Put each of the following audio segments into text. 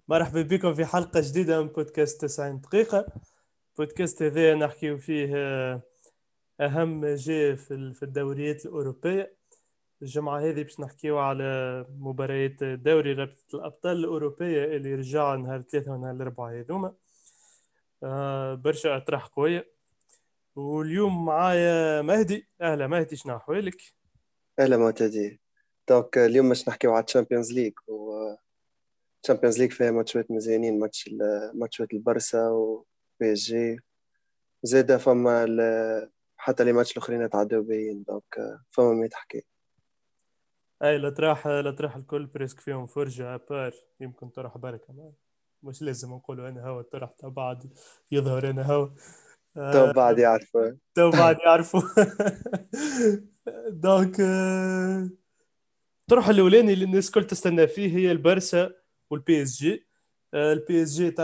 مرحبا بكم في حلقة جديدة من بودكاست 90 دقيقة. بودكاست هذا نحكي فيه أهم ما جاء في الدوريات الأوروبية. الجمعة هذه باش نحكيو على مباريات دوري رابطة الأبطال الأوروبية اللي رجع نهار 3 ونهار 4 هذوما. برشا أطراح قوية. واليوم معايا مهدي. أهلا مهدي، شنو أحوالك؟ اهلا معتدي. دونك اليوم باش نحكيو على الشامبيونز ليج و الشامبيونز ليج فيها ماتشات مزيانين، ماتشات البرسا و بي اس جي. زادا فما حتى لي ماتش الاخرين تعداو باين، دونك فما ما يتحكي. أي الأطراح الكل بريسك فيهم فرجة أبار. يمكن طرح بركة مش لازم نقولوا أنا هوا الطرح تاع بعض. يظهر أنا هوا. تو آه، بعد يعرف. تو بعد يعرفوا. دونك الطرح الأولاني اللي الناس الكل تستنى فيه هي البارسا والبي اس جي. البي اس جي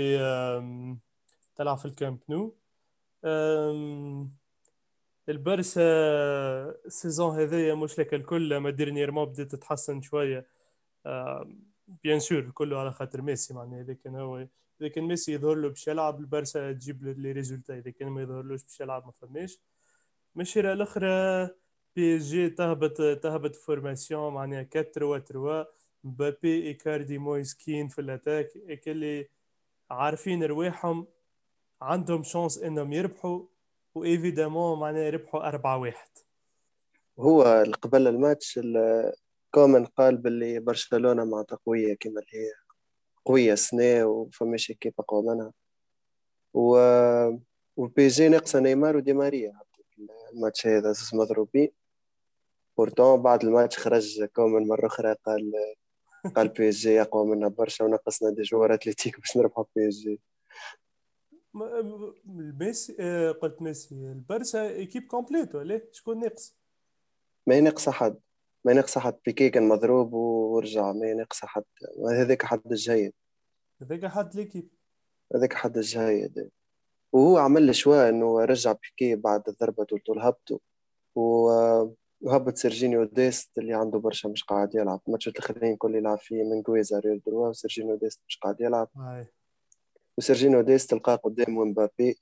تلعب في الكامب نو. آم، البارسا السيزون هذايا مش لك الكل، ما ديرنييرمون بدات تتحسن شويه. بيان سور كله على خاطر ميسي، معناها اذا كان ميسي يظهر له باش يلعب البارسا تجيب له لي ريزولتا، اذا كان ما يظهرلوش باش يلعب ما فماش. مشيرة الاخرى بي اس جي تهبط فورماسيون، معناها 4-3-3. مبابي ايكاردي مويس كين في الاتاك اللي عارفين رواحهم، عندهم شانس انهم يربحوا. وايفيدامون معناها يربحوا 4-1. هو قبل الماتش كومان قال باللي برشلونة معناتها قوية كما اللي هي قوية سنة وفماش كيف أقوى منها. و والبي جي ناقصة نيمار ودي ماريا. الماتش هذا زوز مضروبين. بورتون بعد الماتش خرج كومان مرة أخرى، قال بي اس جي أقوى منا برشا ونقصنا دي جوار أتليتيك باش نربحوا بي اس جي. ميسي، قلت ميسي البارسا ايكيب كومبليت ولا شكون ناقص؟ ما ينقص حد، ما ينقص حد. بيكي كان مضروب ورجع، ما ينقص حد. هذاك حد الجيد، هذاك حد ليكيب. هذاك حد الجيد. وهو عمل شوية إنه رجع بيكي بعد الضربة طول هبطوا. وهبط سيرجينيو ديست اللي عنده برشا مش قاعد يلعب الماتشات الأخرين، كل يلعب فيه من جويزا ريال دروا، وسيرجينيو ديست مش قاعد يلعب. هاي. وسيرجينيو ديست تلقاه قدام مبابي،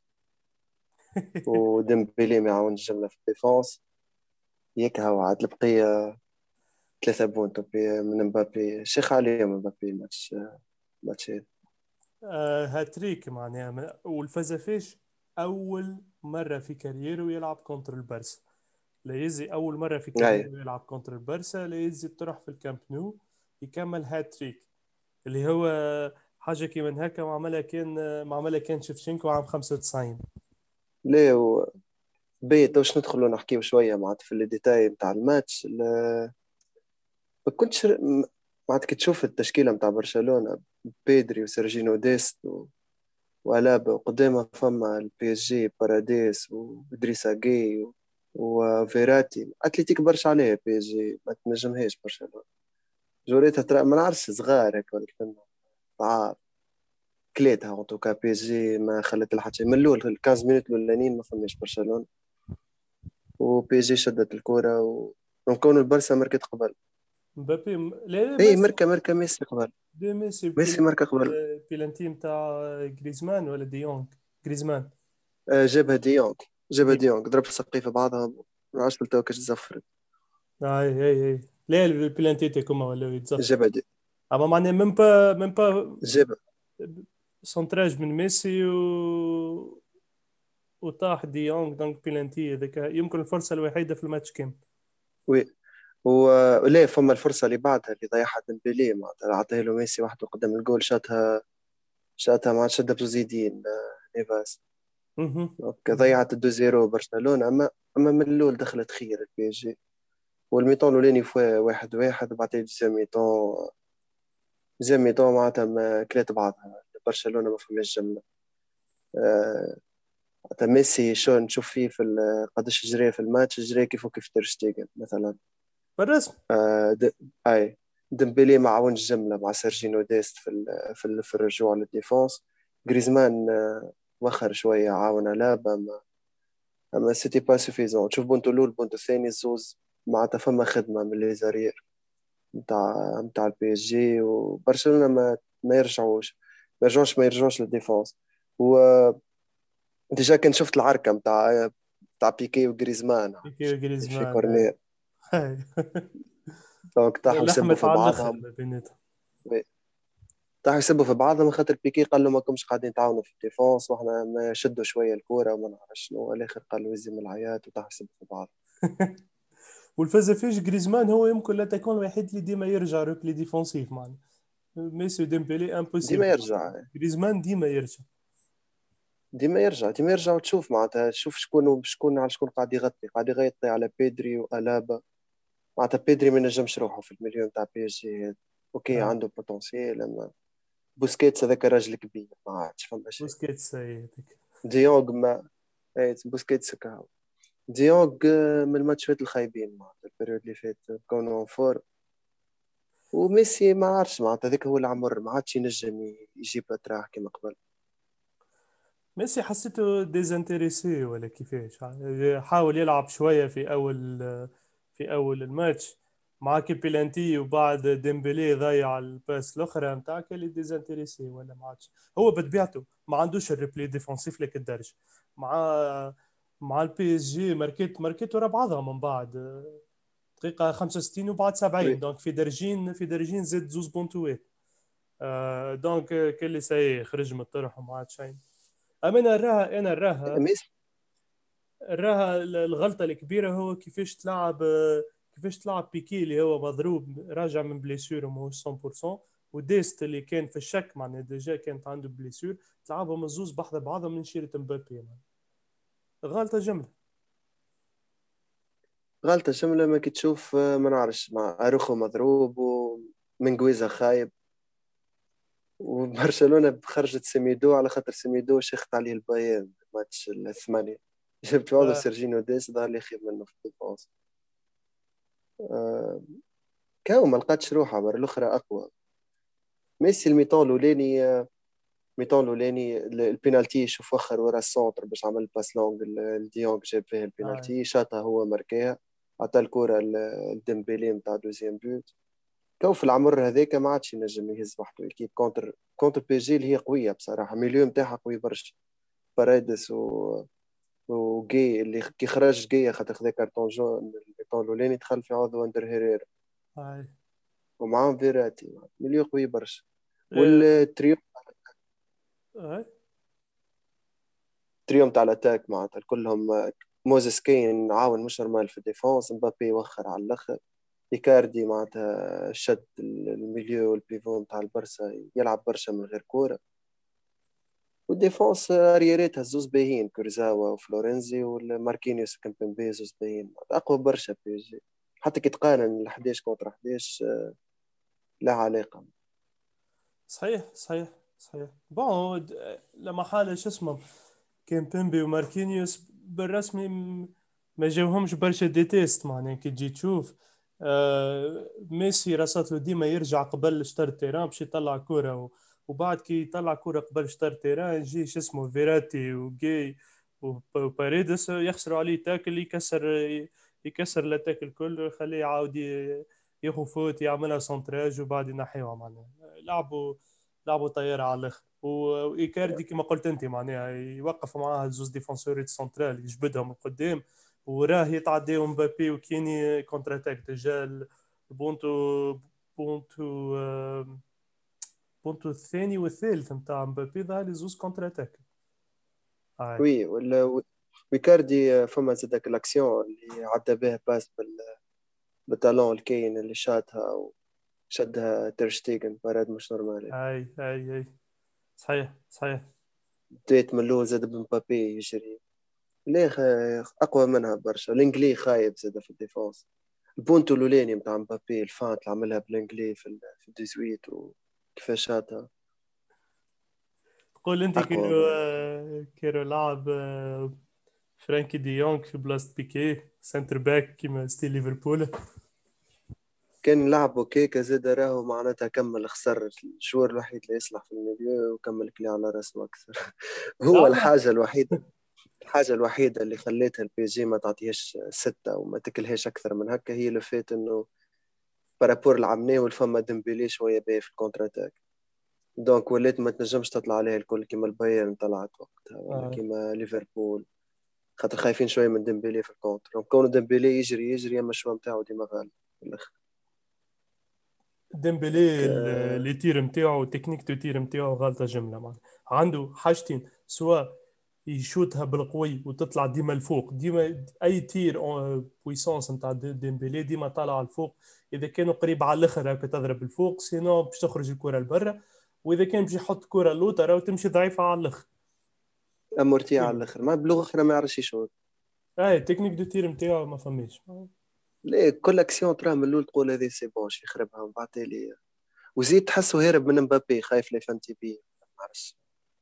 وديمبيلي ما يعاونش جملة في الديفونس. ياك هو عاد البقية 3 بونت من مبابي. شيخ عليهم مبابي الماتش هذا. هاتريك معناها والفازافيش اول مره في كاريره يلعب كونتر البارسا. لا يزي اول مره في أي كاريره يلعب كونتر البارسا، لا يزي تروح في الكامب نو يكمل هاتريك اللي هو حاجه كي من هكا. ما عملها كان شفشنكو عام 95. ليه بيت واش ندخلوا نحكيو شوية معناتها في الديتاي نتاع الماتش. ما كنتش معناتها كي تشوف التشكيلة نتاع برشلونة، بيدري وسيرجينو ديست وألابا، وقدامها فما البي اس جي باراديس وإدريسا جاي وفيراتي. أتليتيك برشا عليه بي اس جي، ما تنجمهاش برشلونة. جوريتها ما نعرفش صغار هيك ولا كيف ضعاف. كليتها اون توكا بي اس جي ما خلت لها حتى شيء من الاول. 15 مينوت الاولانيين ما فماش برشلونة، وبي اس جي شدت الكرة ونكون البرسا مركت قبل. مبابي لا اي ميسي. مركة ميسي قبل. دي ميسي ميسي مركة قبل. بيلانتي نتاع جريزمان ولا ديونج. جريزمان. جابها ديونغ، جابها دي ديونغ ضرب السقيفة بعضها. ما عرفتش تو كاش زفرت. هاي لا البيلانتي تاعكم ولا يتزفر. جابها دي اما معناها ميم با جابها. سونتراج من ميسي وطاح ديونج. دونك بيلانتي هذاك يمكن الفرصه الوحيده في الماتش كامل. وي. ولا فما الفرصة اللي بعدها اللي ضيعها ديمبيلي، معناتها عطاها له ميسي وحده قدام الجول، شاتها مع شدة بوزيدين نيفاس. مهم. دونك ضيعت 2-0 برشلونة. أما من الأول دخلت خير البي اس جي. والميطون الأولاني فوا 1-1، وبعدين جيم ميطون معناتها ما كلات بعضها. برشلونة ما فماش جملة. آه، حتى ميسي شو نشوف فيه قداش جري في الماتش، جري كيف تير شتيجن مثلا. بالرسم. آه د... اي ديمبلي ما عاونش جملة مع سيرجينو ديست في الرجوع للديفونس. جريزمان وخر شوية، عاون لعبة. اما سيتي با سوفيزون. تشوف بونتو الاول بونتو الثاني الزوز معناتها فما خدمة من لي زارير نتاع البي اس جي. وبرشلونة ما يرجعوش للديفونس. و ديجا كان شفت العركة متاع بيكي وجريزمان بيكي في وجريزمان كورنير. هاي. دونك طاحوا يسبوا لحمت في على الاخر بعضهم. ما بيناتهم. طاحوا يسبوا في بعضهم خاطر بيكي قال له ما كنتش قاعدين تعاونوا في الديفونس، واحنا ما شدوا شويه الكوره وما نعرف شنو، الاخر قالوا يزم العيات وطاحوا يسبوا في بعض. والفازافيش جريزمان هو يمكن الاتاكون الوحيد اللي ديما يرجع ركلي ديفونسيف معنا. ميسي وديمبلي ديما امبوسيبل. يرجع جريزمان ديما يرجع. ديما يرجع وتشوف معناتها، تشوف شكون قاعد يغطي على بيدري وألابا. معناتها بيدري ما ينجمش روحه في المليون تاع بي اس جي. اوكي آه. عنده بوتنسيال، اما بوسكيتس هذاك راجل كبير ما عادش فما شيء. بوسكيتس هذيك. ديونغ ما بوسكيتس كهو. ديونغ من الماتشات الخايبين معناتها البريود اللي فات كونه فور. وميسي ما عادش معناتها هذاك هو العمر، ما عادش ينجم يجيب اتراح كما قبل. ميسي حسيته ديزانتريسي ولا كيفاش، حاول يلعب شوية في أول الماتش مع كيبيلانتي، وبعد ديمبلي ضيع الباس الأخرى متاعك اللي ديزانتريسي ولا ما عادش. هو بطبيعته ما عندوش الريبلي ديفونسيف لك الدرجة. مع البي اس جي ماركيت ورا بعضها من بعد دقيقة 65 وبعد وي 70، دونك في درجين زد زوز بونتوات. دونك كل سي خرج من الطرح وما عاد شيء. اما انا راها الغلطه الكبيره هو كيفاش تلعب بيكي اللي هو مضروب راجع من بليسيور وماهوش 100%، وديست اللي كان في الشك معناها ديجا كانت عنده بليسيور، تلعبهم الزوز بحذا بعضهم من شيرة مبابي يعني. غلطه جمله. غلطة شملة ما كي تشوف ما نعرفش مع اروخو مضروب ومن جويزا خايب، وبرشلونة خرجت سيميدو على خاطر سيميدو شيخت عليه البيان ماتش الثمانية. جبت عوضو آه. سيرجينيو ديس ظهر لي خير منه في الديفونس. آه، كاو ما لقاتش روحها بر الاخرى اقوى. ميسي الميطون الاولاني البينالتي شوف وخر ورا السونتر باش عمل باس لونغ لديونغ جاب فيها آه. البينالتي شاطها هو ماركاها. عطى الكرة لديمبيلي نتاع دوزيام بوت. تو في العمر هذاك ما عادش ينجم يهز وحده اكيد كونتر بي جي اللي هي قوية بصراحة، مليون نتاعها قوي برشا. باريدس وجي اللي كي خرج جي خاطر خذا كارتون جون الميطون الاولاني دخل في عوض واندر هيرير. آه. ومعاهم فيراتي مليون قوي برشا. آه. والتريو آه. تريوم تاع الاتاك معناتها كلهم. موزيس كاين عاون مش نورمال في الديفونس، مبابي وخر على الاخر. إيكاردي معناتها شد الميليو والبيفو نتاع البرسا يلعب برشا من غير كورة. والديفونس اريريتها زوز باهين كورزاوا وفلورنزي والماركينيوس كامبمبي زوز باهين اقوى برشا بي اس جي. حتى كي تقارن ال 11 كونتر 11 لا علاقة. صحيح صحيح صحيح. بون لما حال شو اسمه كان بيمبي وماركينيوس بالرسمي ما جاوهمش برشا دي تيست معناها كي تجي تشوف. ميسي راسات له ديما يرجع قبل شطر التيران باش يطلع كرة وبعد كي يطلع كرة قبل شطر التيران يجي شو اسمه فيراتي وجاي وباريدس يخسروا عليه تاكل يكسر الاتاك الكل ويخليه يعاود ياخذ فوت يعملها سونتراج وبعد ينحيوها معناها. لعبوا طيارة على الاخر. وايكاردي كما قلت انت معناها يوقف معاه زوز ديفونسوري سنترال يجبدهم من قدام وراه يتعداو مبابي وكيني كونتر اتاك ديجا. البونتو بونتو بونتو الثاني والثالث نتاع مبابي ظهر لي زوز كونتر اتاك. هاي. وي ولا ويكاردي فما زادك الاكسيون اللي عدى بها باس بالتالون الكاين اللي شاتها وشدها تيرشتيجن باراد مش نورمال. هاي صحيح صحيح. بديت من الاول زاد بمبابي يجري. ليه اقوى منها برشا. الانجلي خايب زاد في الديفونس. البونتو الاولاني نتاع مبابي الفانت اللي عملها بالانجلي في الديزويت وكيفاش شاتها تقول انت اقوى كيرو لعب فرانكي دي يونغ في بلاصة بيكي سنتر باك كيما ستيل ليفربول. كان لعبه كيكا زاد راهو معناتها كمل خسر الجوار الوحيد اللي يصلح في الميليو وكمل كلي على راسه اكثر. هو لا الحاجة الوحيدة اللي خليتها البي جي ما تعطيهاش ستة وما تكلهاش أكثر من هكا هي لو فات إنه بارابور العمناوي فما ديمبيلي شوية باهي في الكونتر اتاك. دونك وليت ما تنجمش تطلع عليه الكل كيما البايرن طلعت وقتها، ولا آه. كيما ليفربول، خاطر خايفين شويه من ديمبيلي في الكونتر. دونك كون ديمبيلي يجري يجري، اما الشوا نتاعو ديما غالي في الاخر. ديمبلي ك- لي تير نتاعو، تكنيك تو تير نتاعو غالطة جملة معناها. عنده حاجتين، سواء يشوتها بالقوي وتطلع ديما الفوق، ديما اي تير بويسونس نتاع ديمبلي ديما طالع الفوق. اذا كانوا قريب على الاخر هكا تضرب الفوق، سينو باش تخرج الكره لبرا. واذا كان باش يحط كره لوتر او تمشي ضعيفه على الاخر. امورتي على كله الاخر، ما بلغه اخرى ما يعرفش يشوط. اي تكنيك دو تير نتاعو ما فماش. ليه كل اكسيون تراه من الاول تقول هذه سي بون شي يخربها، من بعد تالي وزيد تحسه هارب من مبابي، خايف لي فانتي بيه. ما نعرفش.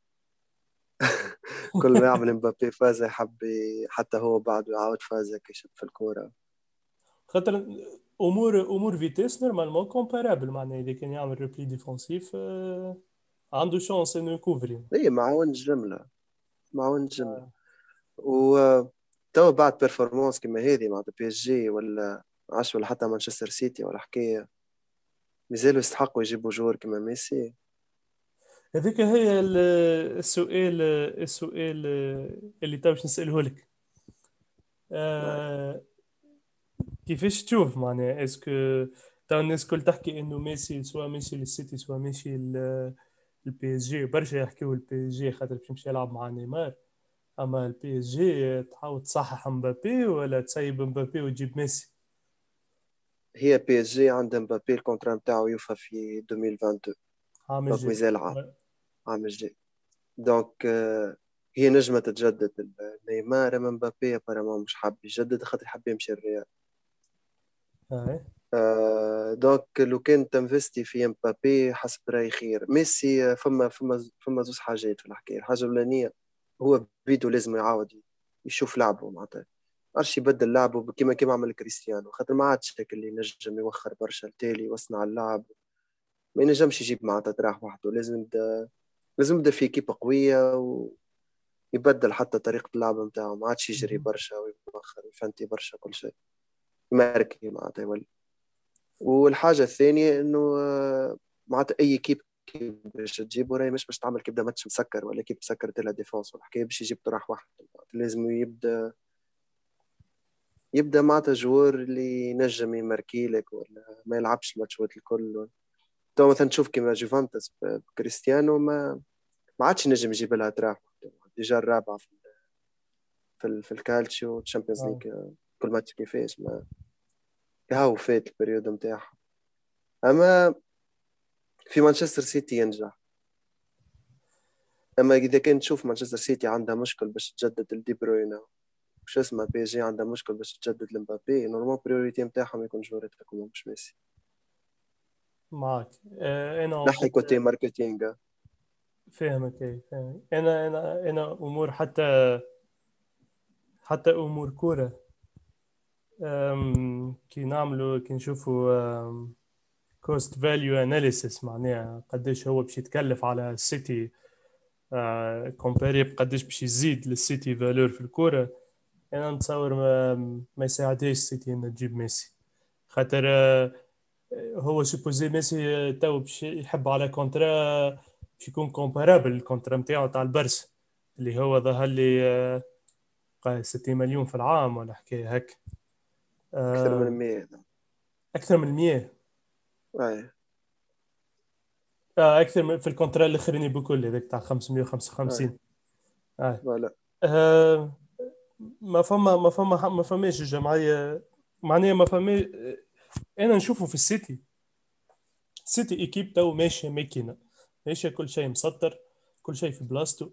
كل ما يعمل مبابي فازة يحب حتى هو بعده يعاود فازة كيشد في الكورة. خاطر امور فيتيس نورمالمون كومبارابل، معناها اذا كان يعمل ريبلي ديفونسيف عنده شانس انه يكوفري. ايه معاون الجملة، معاون الجملة. و تو بعد بيرفورمانس كيما هذه مع بي اس جي ولا عش ولا حتى مانشستر سيتي ولا حكاية، مازالوا يستحقوا يجيبوا جور كيما ميسي. هذيك هي السؤال اللي تو باش نسأله لك. نعم. آه، كيفاش تشوف معناها اسكو تو الناس كل تحكي انه ميسي سواء ماشي للسيتي سواء ماشي البي اس جي، برشا يحكيو البي اس جي خاطر باش يمشي يلعب مع نيمار. اما البي اس جي تحاول تصحح مبابي ولا تسيب مبابي وتجيب ميسي؟ هي بي اس جي عند مبابي الكونترا نتاعو يوفى في 2022، عام دونك الجاي. مازال عام، عام الجاي. دونك هي نجمة تتجدد. نيمار اما مبابي ابارامون مش حاب يجدد خاطر حاب يمشي الريال. هاي. دونك لو كان تنفستي في مبابي حسب رأيي خير. ميسي فما زوز حاجات في الحكاية. الحاجة الأولانية هو بيدو لازم يعاود يشوف لعبه معناتها، عرش يبدل لعبه كيما عمل كريستيانو، خاطر ما عادش هيك اللي ينجم يوخر برشا التالي ويصنع اللعب. ما ينجمش يجيب معناتها تراح وحده، لازم يبدا في كيبة قوية، ويبدل حتى طريقة اللعب نتاعو. ما عادش يجري برشا ويوخر ويفنتي برشا كل شيء، يماركي معناتها يولي. والحاجة الثانية إنه معناتها أي كيب باش تجيبه راهي مش باش تعمل كيبدا ماتش مسكر ولا كيب مسكر تلها ديفونس والحكاية باش يجيب طرح واحد. لازم يبدا معناتها جوار اللي ينجم يماركي لك ولا ما يلعبش الماتشات الكل. تو مثلا تشوف كيما جوفانتوس بكريستيانو ما عادش ينجم يجيب لها طرح. ديجا الرابعة في الكالتشيو تشامبيونز ليج، آه. كل ماتش كيفاش ما هاو فات البريود نتاعها. أما في مانشستر سيتي ينجح. اما اذا كنت تشوف مانشستر سيتي عندها مشكل باش تجدد لدي بروين، وش اسمه بي اس جي عندها مشكل باش تجدد لمبابي، نورمال بريوريتي نتاعهم يكون جوري تاعهم مش ميسي. معك. انا نحي امور كوتي ماركتينغ. فاهمك. اي فاهمك. انا امور حتى امور كوره. كي نشوفوا كوست فاليو اناليسيس، معناها قديش هو باش يتكلف على السيتي كومباري بقديش باش يزيد للسيتي فالور في الكوره. انا نتصور ما يساعدهاش السيتي انه تجيب ميسي. خاطر هو سوبوزي ميسي تو باش يحب على كونترا باش يكون كومبارابل الكونترا نتاعو تاع البرس، اللي هو ظهر لي 60 مليون في العام ولا حكايه هك. اكثر من آه، 100. اكثر من 100. اي اكثر من في الكونترا الاخراني بكل هذاك تاع اي 555. آه. فوالا. آه. ما فماش الجمعيه، معناها ما فما. انا نشوفه في السيتي. سيتي ايكيب تو ماشيه ماكينه، ماشيه كل شيء مسطر، كل شيء في بلاصتو.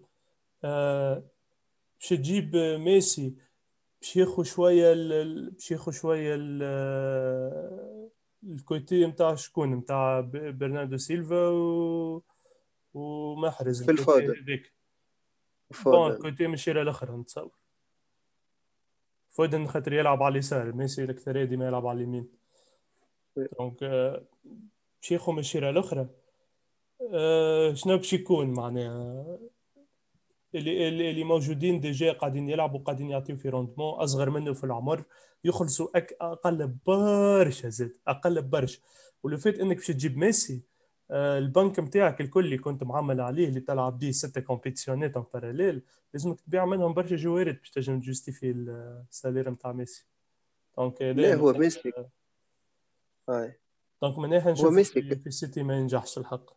باش تجيب ميسي، باش ياخذ شويه الكويتي نتاع شكون نتاع برناردو سيلفا ومحرز في الكويتي الفاضل هذيك. بون فودن. الكويتي مش الاخر نتصور. فودن خاطر يلعب على اليسار، ميسي الاكثر ديما يلعب على اليمين. دونك باش ياخذ من الشيره الاخرى. شنو باش يكون معناها اللي موجودين ديجا قاعدين يلعبوا قاعدين يعطيو في روندمون اصغر منه في العمر، يخلصوا اقل برشا، زاد اقل برشا. ولو فات انك باش تجيب ميسي البنك نتاعك الكل اللي كنت معمل عليه اللي تلعب بيه 6 كومبيتيشنات ان باراليل، لازمك تبيع منهم برشا جوارات باش تنجم تجوستيفي السالير نتاع ميسي. دونك هذا لا من هو ناحية- ميسي. هاي. دونك من ناحيه هو نشوف ميسي في السيتي ما ينجحش الحق.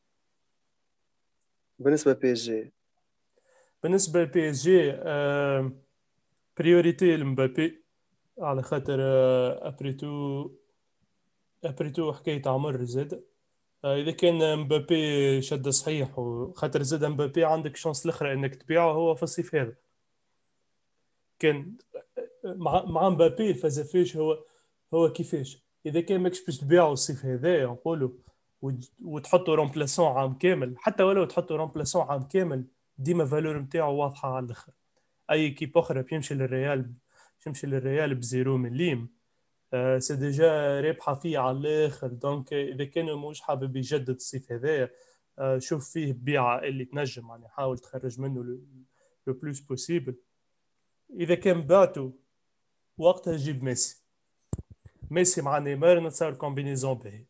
بالنسبة بي اس جي. بالنسبه للبي اس جي بريوريتي لمبابي، على خاطر ابريتو حكايه عمر زاد. اذا كان مبابي شد صحيح وخاطر زاد مبابي عندك شانس الاخرى انك تبيعه هو في الصيف هذا. كان مع مبابي الفلسفيش هو كيفاش اذا كان ماكش باش تبيعه الصيف هذا نقولوا وتحطوا رومبلاسون عام كامل، حتى ولو تحطوا رومبلاسون عام كامل ديما فالور نتاعو واضحه على الاخر. اي كيب اخرى بيمشي للريال بزيرو مليم. سي ديجا رابحه فيه على الاخر. دونك اذا كان مش حابب يجدد الصيف هذايا شوف فيه بيعه اللي تنجم يعني حاول تخرج منه لو بلوس بوسيبل. اذا كان بعته وقتها جيب ميسي مع نيمار نتصور كومبينيزون باهي.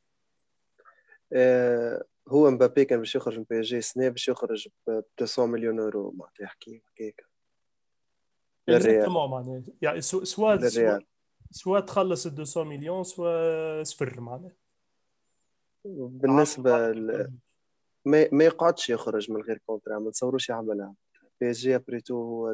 هو مبابي كان باش يخرج من بي اس جي السنة، باش يخرج ب 200 مليون يورو معناتها يحكي هكاك للريال. اكزاكتومون معناها يعني للريال. سوا تخلص ال 200 مليون سوا صفر معناها. بالنسبة ما يقعدش يخرج من غير كونترا، ما تصوروش يعملها. بي اس جي ابريتو هو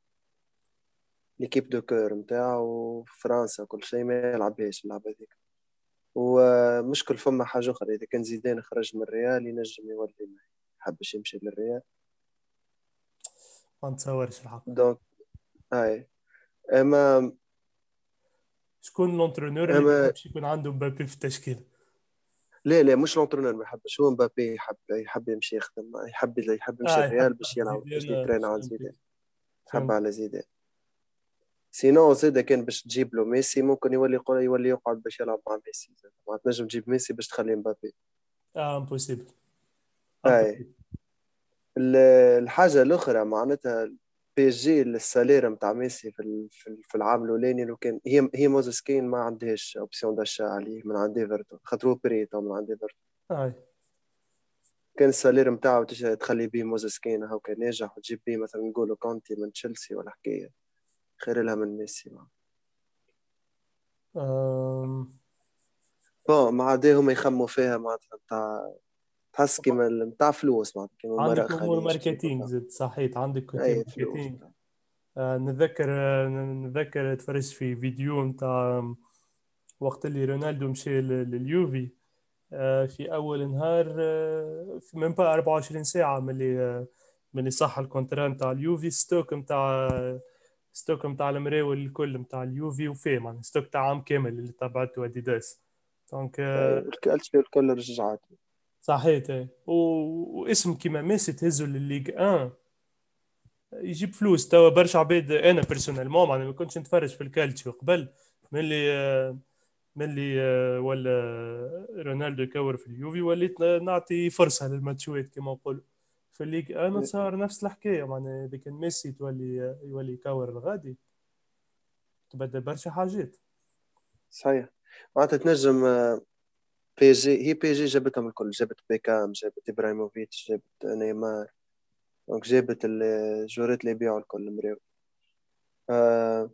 ليكيب دو كور نتاعو في فرنسا، كل شيء ما يلعبهاش اللعبة هذيك. ومشكل فما حاجة أخرى، إذا كان زيدان خرج من الريال ينجم يولي ما يحبش يمشي للريال. ما نتصورش الحق. دونك هاي. أما شكون لونترونور اللي ما أما يحبش يكون عنده مبابي في التشكيله؟ لا لا، مش لونترونور ما يحبش، هو مبابي يحب يمشي يخدم، يحب يمشي الريال يحب باش يلعب باش زيدان يترين على فهمتك. زيدان. يحب فهمت. على زيدان. سينو زيدا كان باش تجيب له ميسي ممكن يولي يقعد باش يلعب مع ميسي زيدا. ما تنجم تجيب ميسي باش تخلي مبابي. امبوسيبل. هاي. امبوسيبل. ال- الحاجة الأخرى معناتها بي اس جي السالير نتاع ميسي في العام الأولاني، لو كان هي موزس كين ما عندهاش أوبسيون داشا عليه من عند ايفرتون، خاطر بريتو من عند ايفرتون. هاي. كان السالير نتاعو تخلي بيه موزس كين هاو كان ناجح، وتجيب بيه مثلا نقولوا كونتي من تشيلسي ولا حكاية خير لها من ميسي أم... بون مع دي هما يخموا فيها معناتها نتاع، تحس كيما نتاع فلوس معناتها كيما مرأة عندك امور خليج كيما ماركتينج زد صحيت عندك كوتي أي فلوس. ماركتينج. نتذكر تفرجت في فيديو نتاع وقت اللي رونالدو مشى لليوفي. في اول نهار في من بقى 24 ساعه من اللي صح الكونترا نتاع اليوفي ستوك نتاع المراول الكل نتاع اليوفي وفيه يعني ستوك تاع عام كامل اللي تبعته اديداس. دونك أي الكل رجعت. صحيت واسم كيما ميسي تهزه للليغ 1 يجيب فلوس. توا برشا عباد انا بيرسونيلمون معناها ما كنتش نتفرج في الكالتشيو قبل من اللي ولا رونالدو يكور في اليوفي وليت نعطي فرصة للماتشوات كما نقول في الليغ. انا صار نفس الحكاية معناها اذا كان ميسي يولي يكور الغادي تبدل برشا حاجات. صحيح. معناتها تنجم بي اس جي، هي بي اس جي جابتهم الكل، جابت بيكام، جابت ابراهيموفيتش، جابت نيمار. دونك جابت الجورات اللي يبيعوا الكل مريو. آه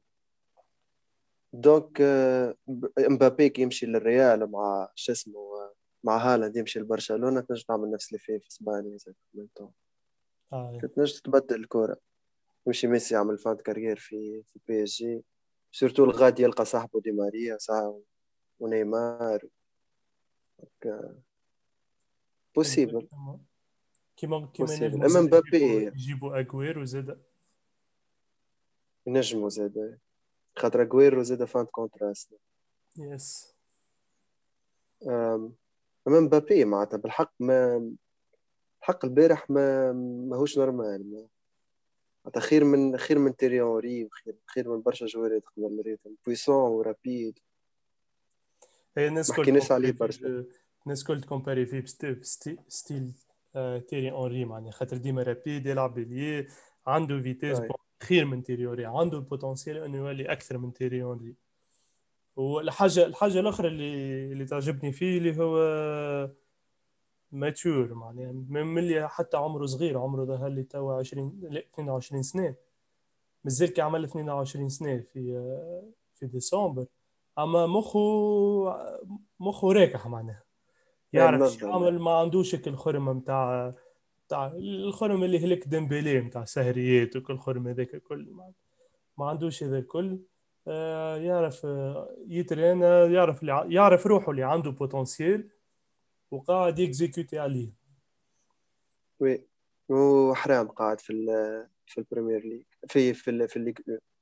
دونك مبابي كي يمشي للريال مع شو اسمه مع هالاند يمشي لبرشلونة، تنجم تعمل نفس اللي فيه في اسبانيا زي آه. تنجم تبدل الكورة. يمشي ميسي يعمل فانت كارير في بي اس جي، سورتو الغادي يلقى صاحبه دي ماريا صاحبه ونيمار. بوسيبل. Exactement. كيما بوسيبل نجموا اما زاد مبابي يجيبوا اجوير وزاد. ينجموا زاد، خاطر اغويرو زاد فانت كونتراست. يس. اما مبابي معناتها بالحق ما الحق البارح ما ماهوش نورمال معناتها خير من تيريوري، خير من برشا جوارات قبل ريتم بويسون ورابيد. هي ما حكيناش عليه برشا. الناس كل تكومباري فيه ستيل تيري اونري معناها خاطر ديما رابيد يلعب بليي عنده فيتيس أي. خير من تيريوري عنده البوتنسيال انه يولي اكثر من تيري اونري. والحاجه الاخرى اللي تعجبني فيه اللي هو ماتشور معناها من اللي حتى عمره صغير، عمره ده اللي توا 20 لا 22 سنة، مازال كي عمل 22 سنة في ديسمبر. اما مخه راكح معناها، يعرف شو منظم. يعمل، ما عندوش هيك الخرمة متاع الخرم اللي هلك ديمبيلي متاع سهريات وكل خرم هذاك الكل، ما عندوش هذا الكل. يعرف يترين، يعرف يعرف روحه اللي عنده بوتنسيال وقاعد يكزيكوتي عليه. وي. وحرام قاعد في البريمير ليج، في الليج.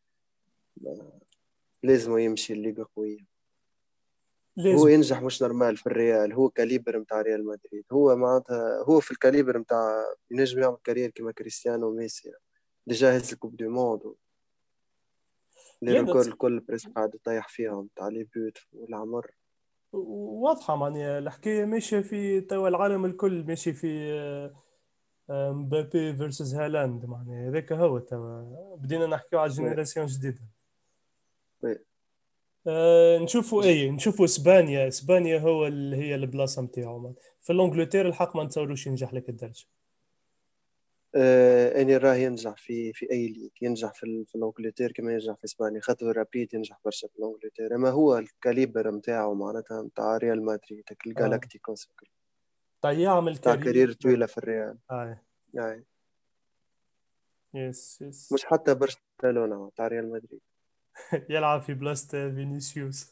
لازم يمشي الليغا قوية. هو لازم. ينجح مش نورمال في الريال، هو كاليبر متاع ريال مدريد، هو معناتها هو في الكاليبر متاع ينجم يعمل كارير كما كريستيانو وميسي. ديجا هز الكوب دي موند، لي لا ريكورد الكل بريس قاعد يطيح فيهم تاع لي بيوت والعمر. واضحة معناها الحكاية ماشية في توا العالم الكل ماشي في مبابي فيرسز هالاند، معناها هذاك هو توا بدينا نحكيو على وي. جينيراسيون جديدة. وي. نشوفوا ايه، نشوفوا اسبانيا، اسبانيا هو اللي هي البلاصة نتاعو. في الانجلتير الحق ما نتصوروش ينجح لك الدرجة. اني راه ينجح في اي ليج، ينجح في الانجلتير كما ينجح في اسبانيا، خاطر رابيد ينجح برشا في الانجلتير، اما هو الكاليبر نتاعو معناتها نتاع ريال مدريد اه الجالاكتيكوس طيب يعمل تاع كارير. كارير طويلة في الريال. اه يعني يس يس. مش حتى برشلونة تاع ريال مدريد. يلعب في بلاصة فينيسيوس.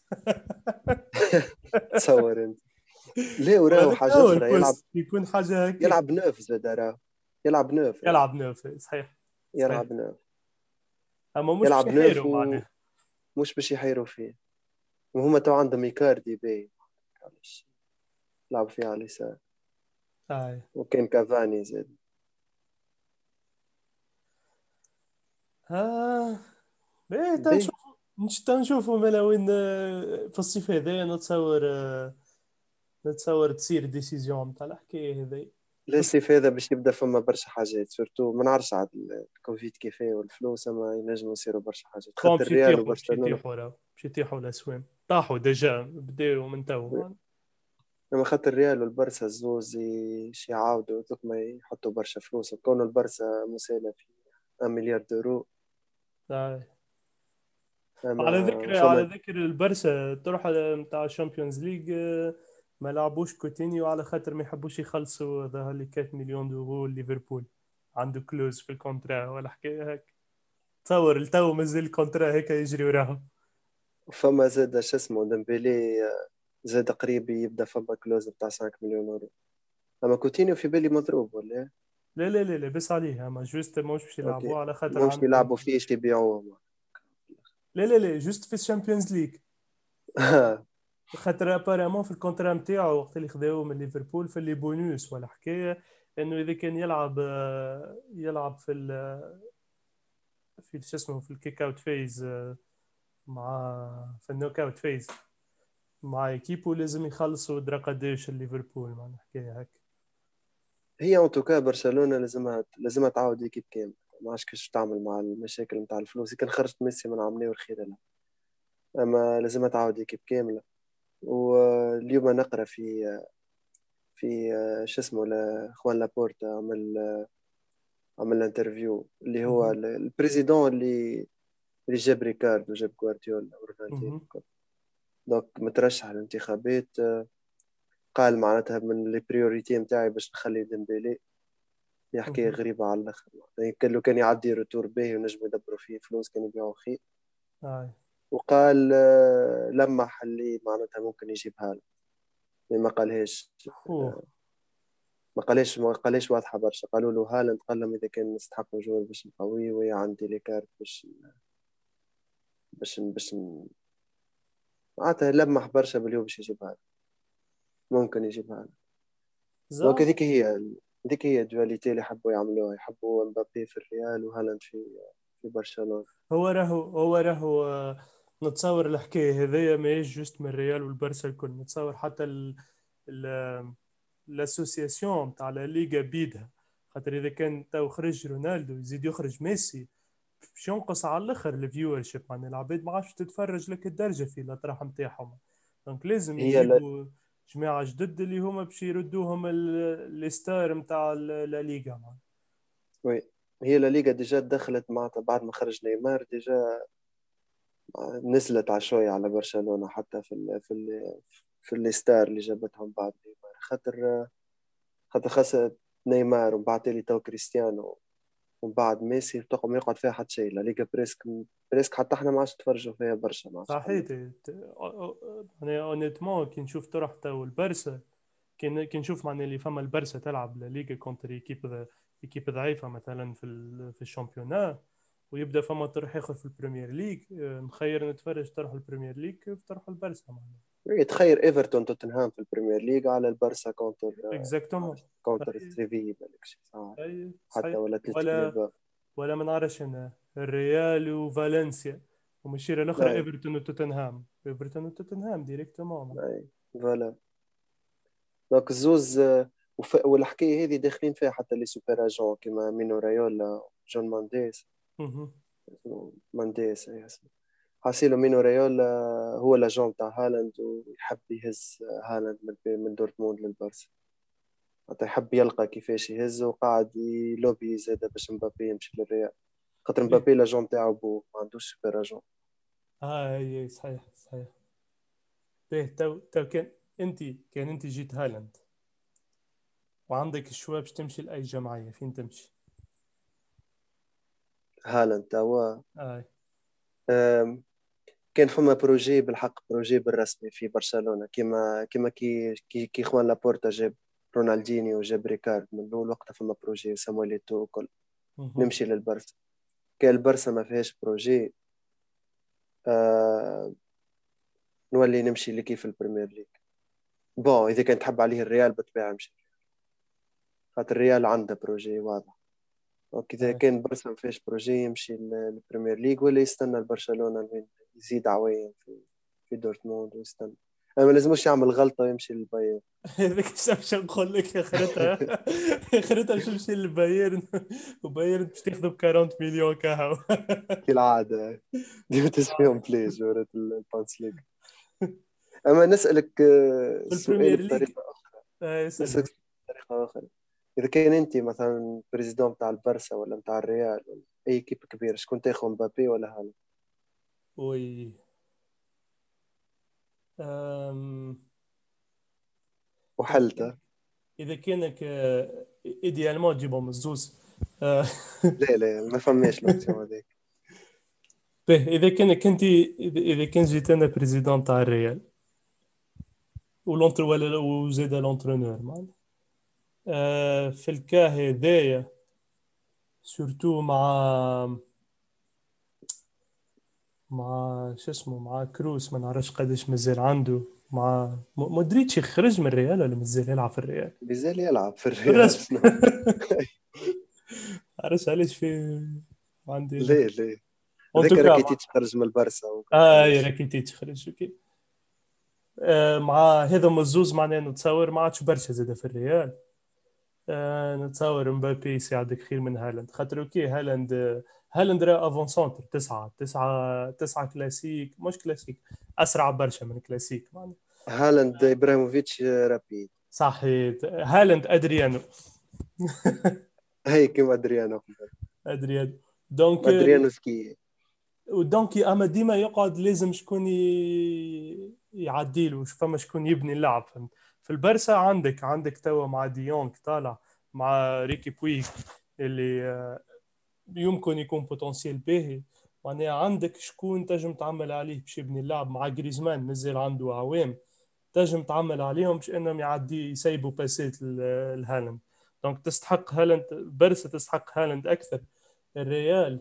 تصور انت. ليه وراه وهذاك حاجة هو أخرى، يلعب البوست يكون حاجة هكاك. يلعب نوف زاد راه، يلعب نوف راه، يلعب نوف صحيح. صحيح. يلعب نوف. اما مش باش يلعب نوف يحيروا معناها. ومش باش يحيروا فيه. وهما تو عندهم إيكاردي باي، معليش لعب فيه على اليسار، آه. وكان كافاني زاد. آه. ايه باي. تنشوفوا مالا وين في الصيف هذا نتصور نتصور تصير ديسيزيون نتاع الحكايه هذي. لا بس الصيف هذا باش يبدا فما برشا حاجات، سورتو ما نعرفش عاد الكوفيد كيفاه والفلوس، اما ينجموا يصيروا برشا حاجات بون خاطر الريال وبرشلونة. باش يطيحوا الاسوام، طاحوا ديجا بداوا من تو. لما خاطر الريال والبرسا الزوز يعاودوا دوك ما يحطوا برشا فلوس، كون البرسا مساهمة في 1 مليار دولار. آه. على أما ذكر على فما. ذكر البرشا تروح نتاع الشامبيونز ليج، ما لعبوش كوتينيو على خاطر ما يحبوش يخلصوا هذا اللي 4 مليون دولار ليفربول، عنده كلوز في الكونترا ولا حكايه هيك. تصور التو مازال الكونترا هيك يجري وراهم. فما زاد شو اسمه ديمبيلي، زاد قريب يبدا فما كلوز بتاع 5 مليون يورو. أما كوتينيو في بالي مضروب ولا إيه؟ لا لا لا لا بس عليه، اما جوست مش باش أوكي. يلعبوه على خاطر مش عندهم. يلعبوا فيه يبيعوه. لا لا لا جوست في الشامبيونز ليج، خاطر ابارامون في الكونترا نتاعو وقت اللي خذاوه من ليفربول في اللي بونوس ولا حكايه، انه اذا كان يلعب يلعب في شو اسمه في الكيك اوت فيز، مع في النوك اوت فيز مع ايكيبو لازم يخلصوا درا قداش ليفربول مع الحكايه هيك. هي ان توكا برشلونة لازمها تعاود يكيب كامل. ما عادش كيفاش تعمل مع المشاكل نتاع الفلوس، كان خرجت ميسي من عمليه والخير لها. اما لازمها تعاود يكيب كاملة. واليوم نقرا في شو اسمه اخوان لابورتا عمل انترفيو اللي هو مهم. البريزيدون اللي جاب ريكاردو وجاب جوارديولا ورونالدينيو. مهم. دونك مترشح للانتخابات. قال معناتها من لي بريوريتي نتاعي باش نخلي ديمبيلي. هي حكاية مهم. غريبة على الآخر، يعني كان لو كان يعدي روتور باهي ونجم يدبروا فيه فلوس كان يبيعوا خير. آه. وقال لمح اللي معناتها ممكن يجيبها له، يعني ما قالهاش. أوه. ما قالهاش واضحة برشا. قالوا له هالاند، قال لهم إذا كان نستحق جول باش نقويه، وهي عندي لي كارت باش معناتها لمح برشا باللي هو باش يجيبها له، ممكن يجيبها له. دونك زعما هذيك هي الدواليتي اللي حبوا يعملوها، يحبوا مبابي في الريال وهالاند في برشلونة. هو راهو نتصور الحكايه هذيا ماهيش جوست من الريال والبرسا الكل، نتصور حتى ال الاسوسياسيون تاع لا ليغا بيدها، خاطر اذا كان تو خرج رونالدو يزيد يخرج ميسي باش ينقص على الاخر الفيور شيب، معناها العباد ما عادش تتفرج لك الدرجه في الاطراح نتاعهم، دونك لازم هي يجيبوا جماعه جدد اللي هما باش يردوهم لي ستار نتاع لا ليغا. وي، هي لا ليغا ديجا دخلت معناتها بعد ما خرج نيمار ديجا نزلت على شوية على برشلونة، حتى في الستار اللي جابتهم بعد نيمار، خاطر خاصة نيمار ومن بعد تالي تو كريستيانو ومن بعد ميسي تقوم ما يقعد فيها حتى شيء. لا ليغا بريسك حتى احنا ما عادش نتفرجوا فيها برشا، ما عادش صحيح. نحب. انا اونيتمون كي نشوف طرح تو البرسا، كي نشوف معناها اللي فما البرسا تلعب لا ليغا كونتر ايكيب ضعيفه مثلا في الشامبيونا، ويبدا فما طرح اخر في البريمير ليج، نخير نتفرج طرح البريمير ليج في طرح البرسا معناها. تخير ايفرتون توتنهام في البريمير ليج على البارسا اكزاكتومون. كونتر صحيح. سيفي بالك شي ساعات، صحيح حتى صحيح. ولا اتلتيك ولا بيلباو. ولا ما نعرفش انا الريال وفالنسيا، ومشيره الاخرى اي ايفرتون وتوتنهام، ايفرتون وتوتنهام ديريكتومون. اي فوالا. دونك الزوز والحكايه هذه داخلين فيها حتى لي سوبر اجون كيما مينو رايولا، جون مانديس. مانديس اي اسمه. حاسيلو مينو رايولا هو لاجون تاع هالاند، ويحب يهز هالاند من دورتموند للبارسا، حتى يحب يلقى كيفاش يهز، وقاعد يلوبي زاد باش مبابي يمشي للريال، خاطر به. مبابي لاجون تاعو بو ما عندوش سوبر اجون. اي صحيح صحيح. به تو كان انت جيت هالاند وعندك الشوا باش تمشي لاي جمعيه، فين تمشي؟ هالاند توا اي. كان فما بروجي بالحق، بروجي بالرسمي في برشلونة، كيما كي خوان لابورتا جاب رونالدينيو وجاب ريكارد من الاول، وقتها فما بروجي وسامويل ايتو وكل مهم. نمشي للبرسا. كان البرسا ما فيهاش بروجي، آه نولي نمشي لكيف البريمير ليج. بون اذا كان تحب عليه الريال بالطبيعة يمشي، خاطر الريال عنده بروجي واضح. دونك اذا اي. كان برشا ما فيهاش بروجي يمشي للبريمير ليج، ولا يستنى البرشلونة وين يزيد عوين في دورتموند ويستنى. اما ما لازمش يعمل غلطة ويمشي للبايرن هذاك باش نقول لك اخرتها. اخرتها باش نمشي للبايرن، وبايرن باش تاخذ ب 40 مليون كهو. كالعادة ديما تسميهم بليز جورة البانس ليج. اما نسألك في سؤال البريمير ليج. بطريقة أخرى. اسالني. نسألك سؤال بطريقة أخرى. إذا كان أنت مثلا بريزيدون بتاع البرسا ولا بتاع الريال ولا أي كيب كبير، شكون تاخذ، مبابي ولا هالاند؟ وي. أم... اذا كان وحلته. اذا كانك ايديالمون تجيبهم الزوز. آه، لا لا ما فماش الأوبسيون هذيك. به اذا كانك انت، اذا كان جيت انا بريزيدون تاع الريال ولا وزاد لونترونور معنا، في الكاه هذايا سورتو مع شو اسمه، مع كروس، ما نعرفش قداش مازال عنده، مع مودريتش خرج من الريال ولا مازال يلعب في الريال؟ بيزال يلعب في في الريال الرسم. شنو. عرفت علاش في عندي لا لا اون هذاك توكا راكيتيتش خرج من البرسا وما اي خرجش. راكيتيتش خرج اوكي. مع هذا الزوز معناه نتصور ما عادش برشا زاد في الريال. نتصور مبابي يساعدك خير من هالاند، خاطر اوكي هالاند راه افونسونتر تسعة كلاسيك، مش كلاسيك، اسرع برشا من كلاسيك معناه. هالاند إبراهيموفيتش رابيد. صحيح. هالاند ادريانو. هي كيما أدريانو قبل. ادريانو. دونك أدريانو سكي. ودونك اما ديما يقعد لازم شكون يعديله، فما شكون يبني اللعب، فهمت؟ في البرسا عندك توا مع ديونج طالع، مع ريكي بويك اللي يمكن يكون بوتنسيال باهي، معناها عندك شكون تجم تعمل عليه باش يبني اللعب، مع جريزمان مازال عنده عوام تجم تعمل عليهم باش انهم يعدي يسيبوا باسيت الهالاند. دونك تستحق هالاند، برسا تستحق هالاند اكثر. الريال،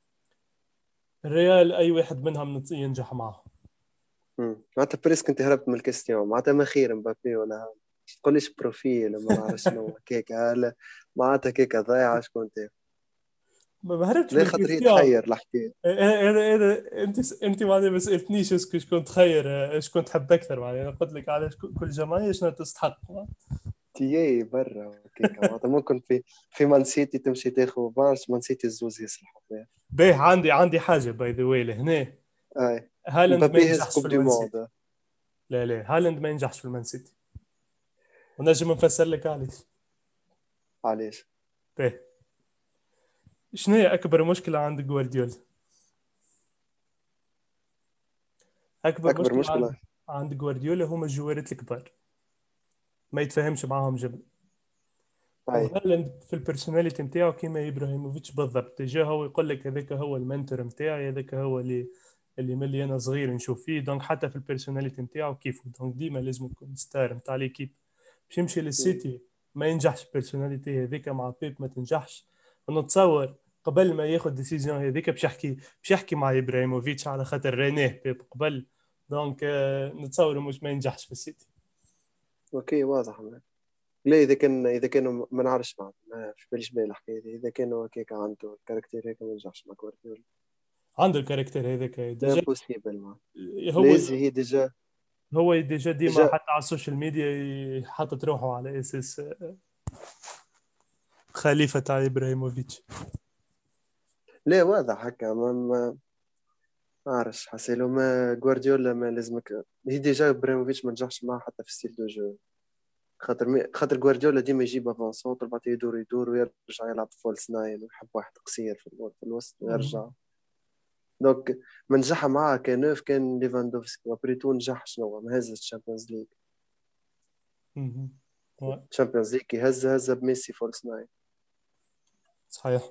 اي واحد منهم ينجح معه. معناتها بريسك انت هربت من الكاستيون، معناتها ما خير مبابي ولا هذا، تقوليش بروفيل وما نعرف شنو كيك هلا، معناتها كيكه ضايعه شكون انت. ما هربتش لا من خاطر هي كريستيانو. تخير الحكايه. انت معناها ما سالتنيش شكون تخير، شكون تحب اكثر، معناها انا قلت لك على كل جمعيه شنو تستحق. تيي برا كيكه، معناتها ممكن في مان سيتي تمشي تاخذ بارس، مان سيتي الزوز يصلحوا فيها. باهي عندي حاجه باي ذا واي لهنا. اي هالاند ما مبابي هز ينجحش كوب في دي المان سيتي. موند. لا هالاند ما ينجحش في المان سيتي. ونجم نفسر لك علاش. علاش؟ باهي. شنو هي اكبر مشكله عند جوارديولا؟ اكبر اكبر مشكله مشكله. عند جوارديولا هما الجوارات الكبار، ما يتفاهمش معاهم جمله. هاي. وهالاند في البرسوناليتي نتاعو كيما ابراهيموفيتش بالضبط، تجاه هو يقول لك هذاك هو المنتور نتاعي، هذاك هو اللي ملي انا صغير نشوف فيه. دونك حتى في البرسوناليتي نتاعو كيفه، دونك ديما لازم يكون ستار نتاع ليكيب. باش يمشي للسيتي ما ينجحش البرسوناليتي هذيك مع بيب، ما تنجحش. ونتصور قبل ما ياخذ ديسيزيون هذيك باش يحكي مع ابراهيموفيتش على خاطر رينيه بيب قبل. دونك نتصور مش ما ينجحش في السيتي. اوكي واضح. لا، اذا كانوا ما نعرفش، ما في باليش بها الحكايه دي. اذا كانوا هكاك عنده الكاركتير هيك ما نجحش مع جوارديولا. عنده الكاركتر هذاك ديجا. امبوسيبل ما. هو لازم هي ديجا. هو ديجا ديما ديجا. حتى على السوشيال ميديا حاطط روحه على اساس خليفة تاع ابراهيموفيتش. لا واضح هكا ما عرفش حسيلو ما جوارديولا ما لازمك. هي ديجا ابراهيموفيتش ما نجحش معاه حتى في ستيل دو جو. خاطر جوارديولا ديما يجيب افون سونتر بعد يدور ويرجع يلعب فولس ناين ويحب واحد قصير في الوسط ويرجع. دونك من نجح معاه كان كان ليفاندوفسكي، وبريتو نجح شنو ما هز الشامبيونز ليج. مهم. ouais. الشامبيونز ليج هز بميسي فولس ناين. صحيح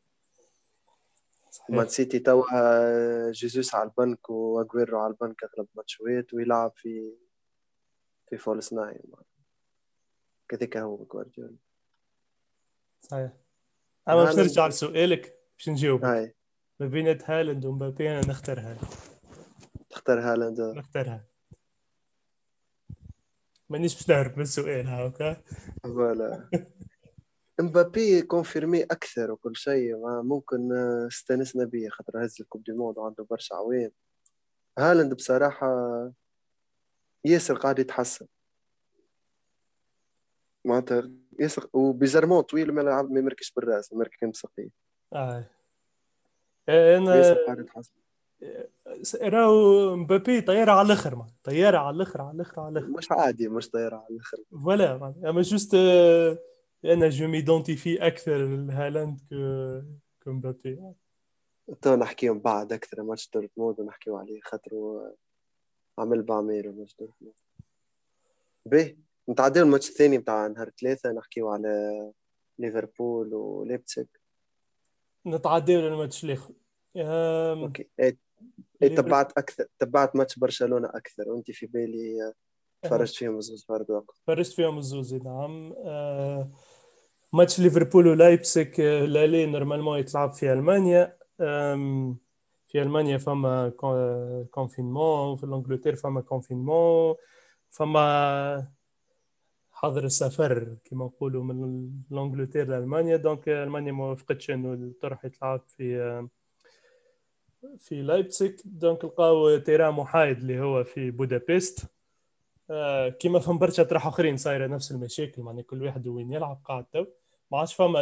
ومان صحيح. سيتي توا جيسوس على البنك واغويرو على البنك اغلب ماتشوات ويلعب في فولس ناين. كذاك هو جوارديولا. صحيح. اما باش نرجع هالاند. لسؤالك باش نجاوبك. هاي. ما بين هالاند ومبابي انا نختار هالاند. تختار هالاند. نختار هالاند. مانيش باش نهرب من السؤال هاكا. فوالا. امبابي كونفيرمي اكثر وكل شيء، ممكن استانسنا بيه خاطر هز الكوب دي موند وعنده برشا عوام. هالاند بصراحة ياسر قاعد يتحسن معناتها. ياسر وبيزرمون طويل ما يمركش بالراس، يمرك كان مسقيه. آه. انا ياسر قاعد يتحسن. راهو مبابي طيارة على الاخر، ما طيارة على الاخر على الاخر على الاخر. مش عادي، مش طايرة على الاخر. فوالا اما جوست انا جو ميدونتيفي اكثر لهالاند كمبابي. تو نحكيو من بعد اكثر ماتش دورتموند ونحكيو عليه خاطر هو عمل بعمير ماتش دورتموند. باهي نتعداو الماتش الثاني بتاع نهار ثلاثة، نحكيو على ليفربول وليبتسيك. نتعداو للماتش الاخر. اوكي. ليفربول. تبعت ماتش برشلونة اكثر، وانت في بالي تفرجت فيهم زوز فرد وقت. فرست فيهم الزوز نعم. ماتش ليفربول ولايبسك لا لي نورمالمون يتلعب في المانيا. في المانيا فما كونفينمون، في الانجلتير فما كونفينمون، فما حظر السفر كما نقولوا من الانجلتير لالمانيا. دونك المانيا ما وافقتش انه تروح يتلعب في لايبسك. دونك لقاو تيران محايد اللي هو في بودابست. كيما فهم برشا اطراح اخرين صايره نفس المشاكل، معناها كل واحد وين يلعب قاعد تو. ما عادش فما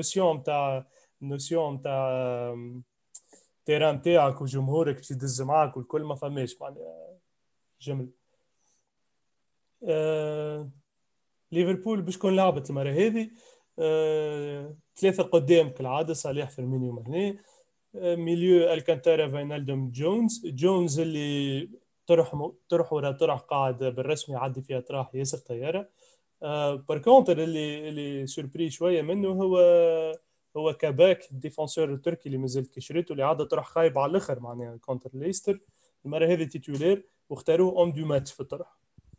النوسيون تاع تيران تاعك وجمهورك باش يدز معاك والكل، ما فماش معناها جمل. آه ليفربول باش تكون لعبت المره هذه ثلاثه قدام كالعاده، صالح فيرمينيو مهني. ميليو الكانتارا فاينالدوم جونز اللي طرح ورا طرح قاعد بالرسمي يعدي فيها طراح ياسر طياره. باركونتر اللي سوربري شويه منه هو كاباك الديفونسور التركي اللي مازال كشريته، اللي عاد طرح خايب على الاخر معناها كونتر ليستر. المره هذه تيتولير واختاروه اون دو ماتش في الطرح.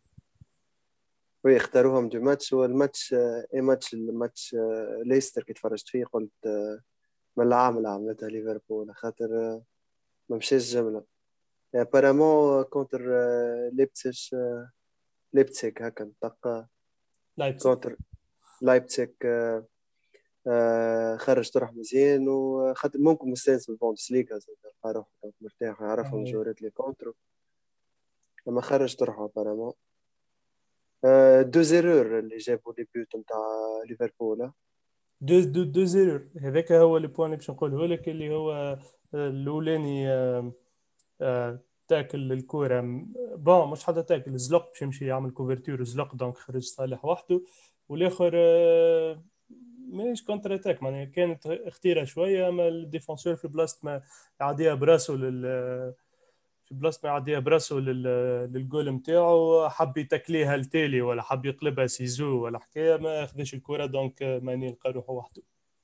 وي اختاروهم دو ماتش. والماتش اي الماتش ليستر كي تفرجت فيه قلت من العام اللي عملتها ليفربول خاطر ما مشاش جملة. ابارامون كونتر ليبتسش ليبتسيك هكا نطق لايبزيج. كونتر لايبتسيك. خرج طرح مزيان وخاطر ممكن مستانس بالبوندسليغا زاد لقى روحه مرتاح يعرفهم الجورات اللي كونترو. لما خرج طرحه ابارامون دو زيرور اللي جابوا لي بيوت نتاع ليفربول. دو زيرو هذاك هو البوان اللي باش نقوله لك، اللي هو الاولاني تاكل الكوره بون مش حتى تاكل زلق باش يمشي يعمل كوفرتور زلق دونك خرج صالح وحده. والاخر مش كونتر اتاك معناها كانت اختيره شويه، اما الديفونسور في بلاصه ما يعديها براسه في بلاصه ما يعديها براسه للجول نتاعو، حب يتكليها التالي ولا حب يقلبها سيزو ولا حكايه، ما اخذش الكره دونك ماني لقى روحه وحده.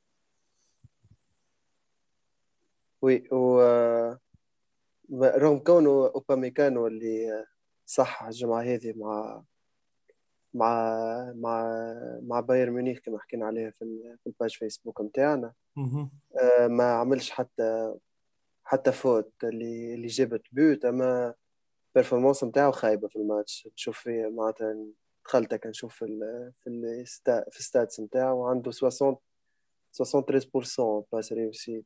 وي و رغم كونه اوباميكانو اللي صح الجمعة هذه مع مع مع بايرن ميونخ كما حكينا عليها في الباج فيسبوك نتاعنا، مهم. ما عملش حتى فوت اللي جابت بيوت، اما البرفورمانس نتاعو خايبه في الماتش. تشوف فيه معناتها دخلت كنشوف في الستاتس نتاعو عنده 60 73% باس ريوسيت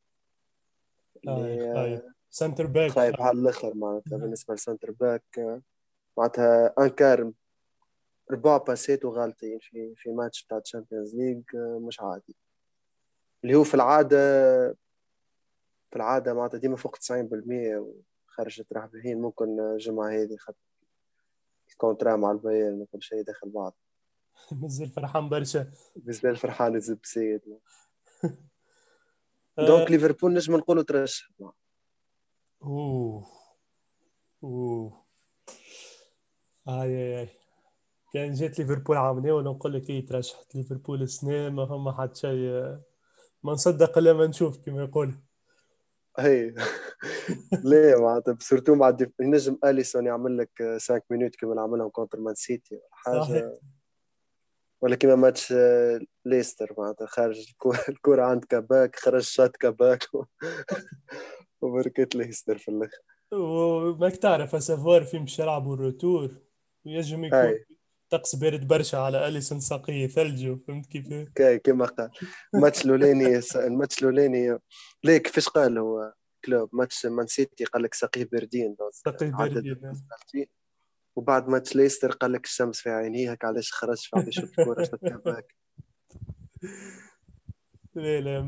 اللي خايب سنتر باك خايب خايب. على الاخر معناتها بالنسبه لسنتر باك. معناتها انكار 4 باسات وغالطين في ماتش بتاع تشامبيونز ليج مش عادي. اللي هو في العاده معناتها ديما فوق 90% وخرجت رهبهين. ممكن الجمعه هذه خدت الكونترا مع البايرن وكل شيء داخل بعض. مازال فرحان برشا. بالنسبه لي فرحان يزيد بسيد. آه، دونك ليفربول نجم نقولوا ترشح. اوه اوه اي اي كان جيت ليفربول عامني ولا نقول لك ايه ترشحت ليفربول السنة ما فما حد شيء، ما نصدق الا ما نشوف كما يقول. هي ليه معناتها سورتو مع نجم اليسون يعمل لك 5 مينوت كما عملهم كونتر مان سيتي ولا صحيح. حاجه، ولا كيما ماتش ليستر معناتها خارج الكرة عند كاباك خرج شات كاباك وبركت ليستر في الاخر. وماك تعرف اسافوار في مش يلعبوا الروتور، ويجم يكون هاي طقس بارد برشا على اليسون ساقيه ثلج، فهمت كيف. كيما قال الماتش الاولاني ليه كيفاش قال هو كلوب ماتش مان سيتي قال لك ساقيه باردين دونك ساقيه عدد باردين. البنالتي. وبعد ماتش ليستر قال لك الشمس في عينيها علاش خرج بعد يشوط الكرة شات كاباك. لا لا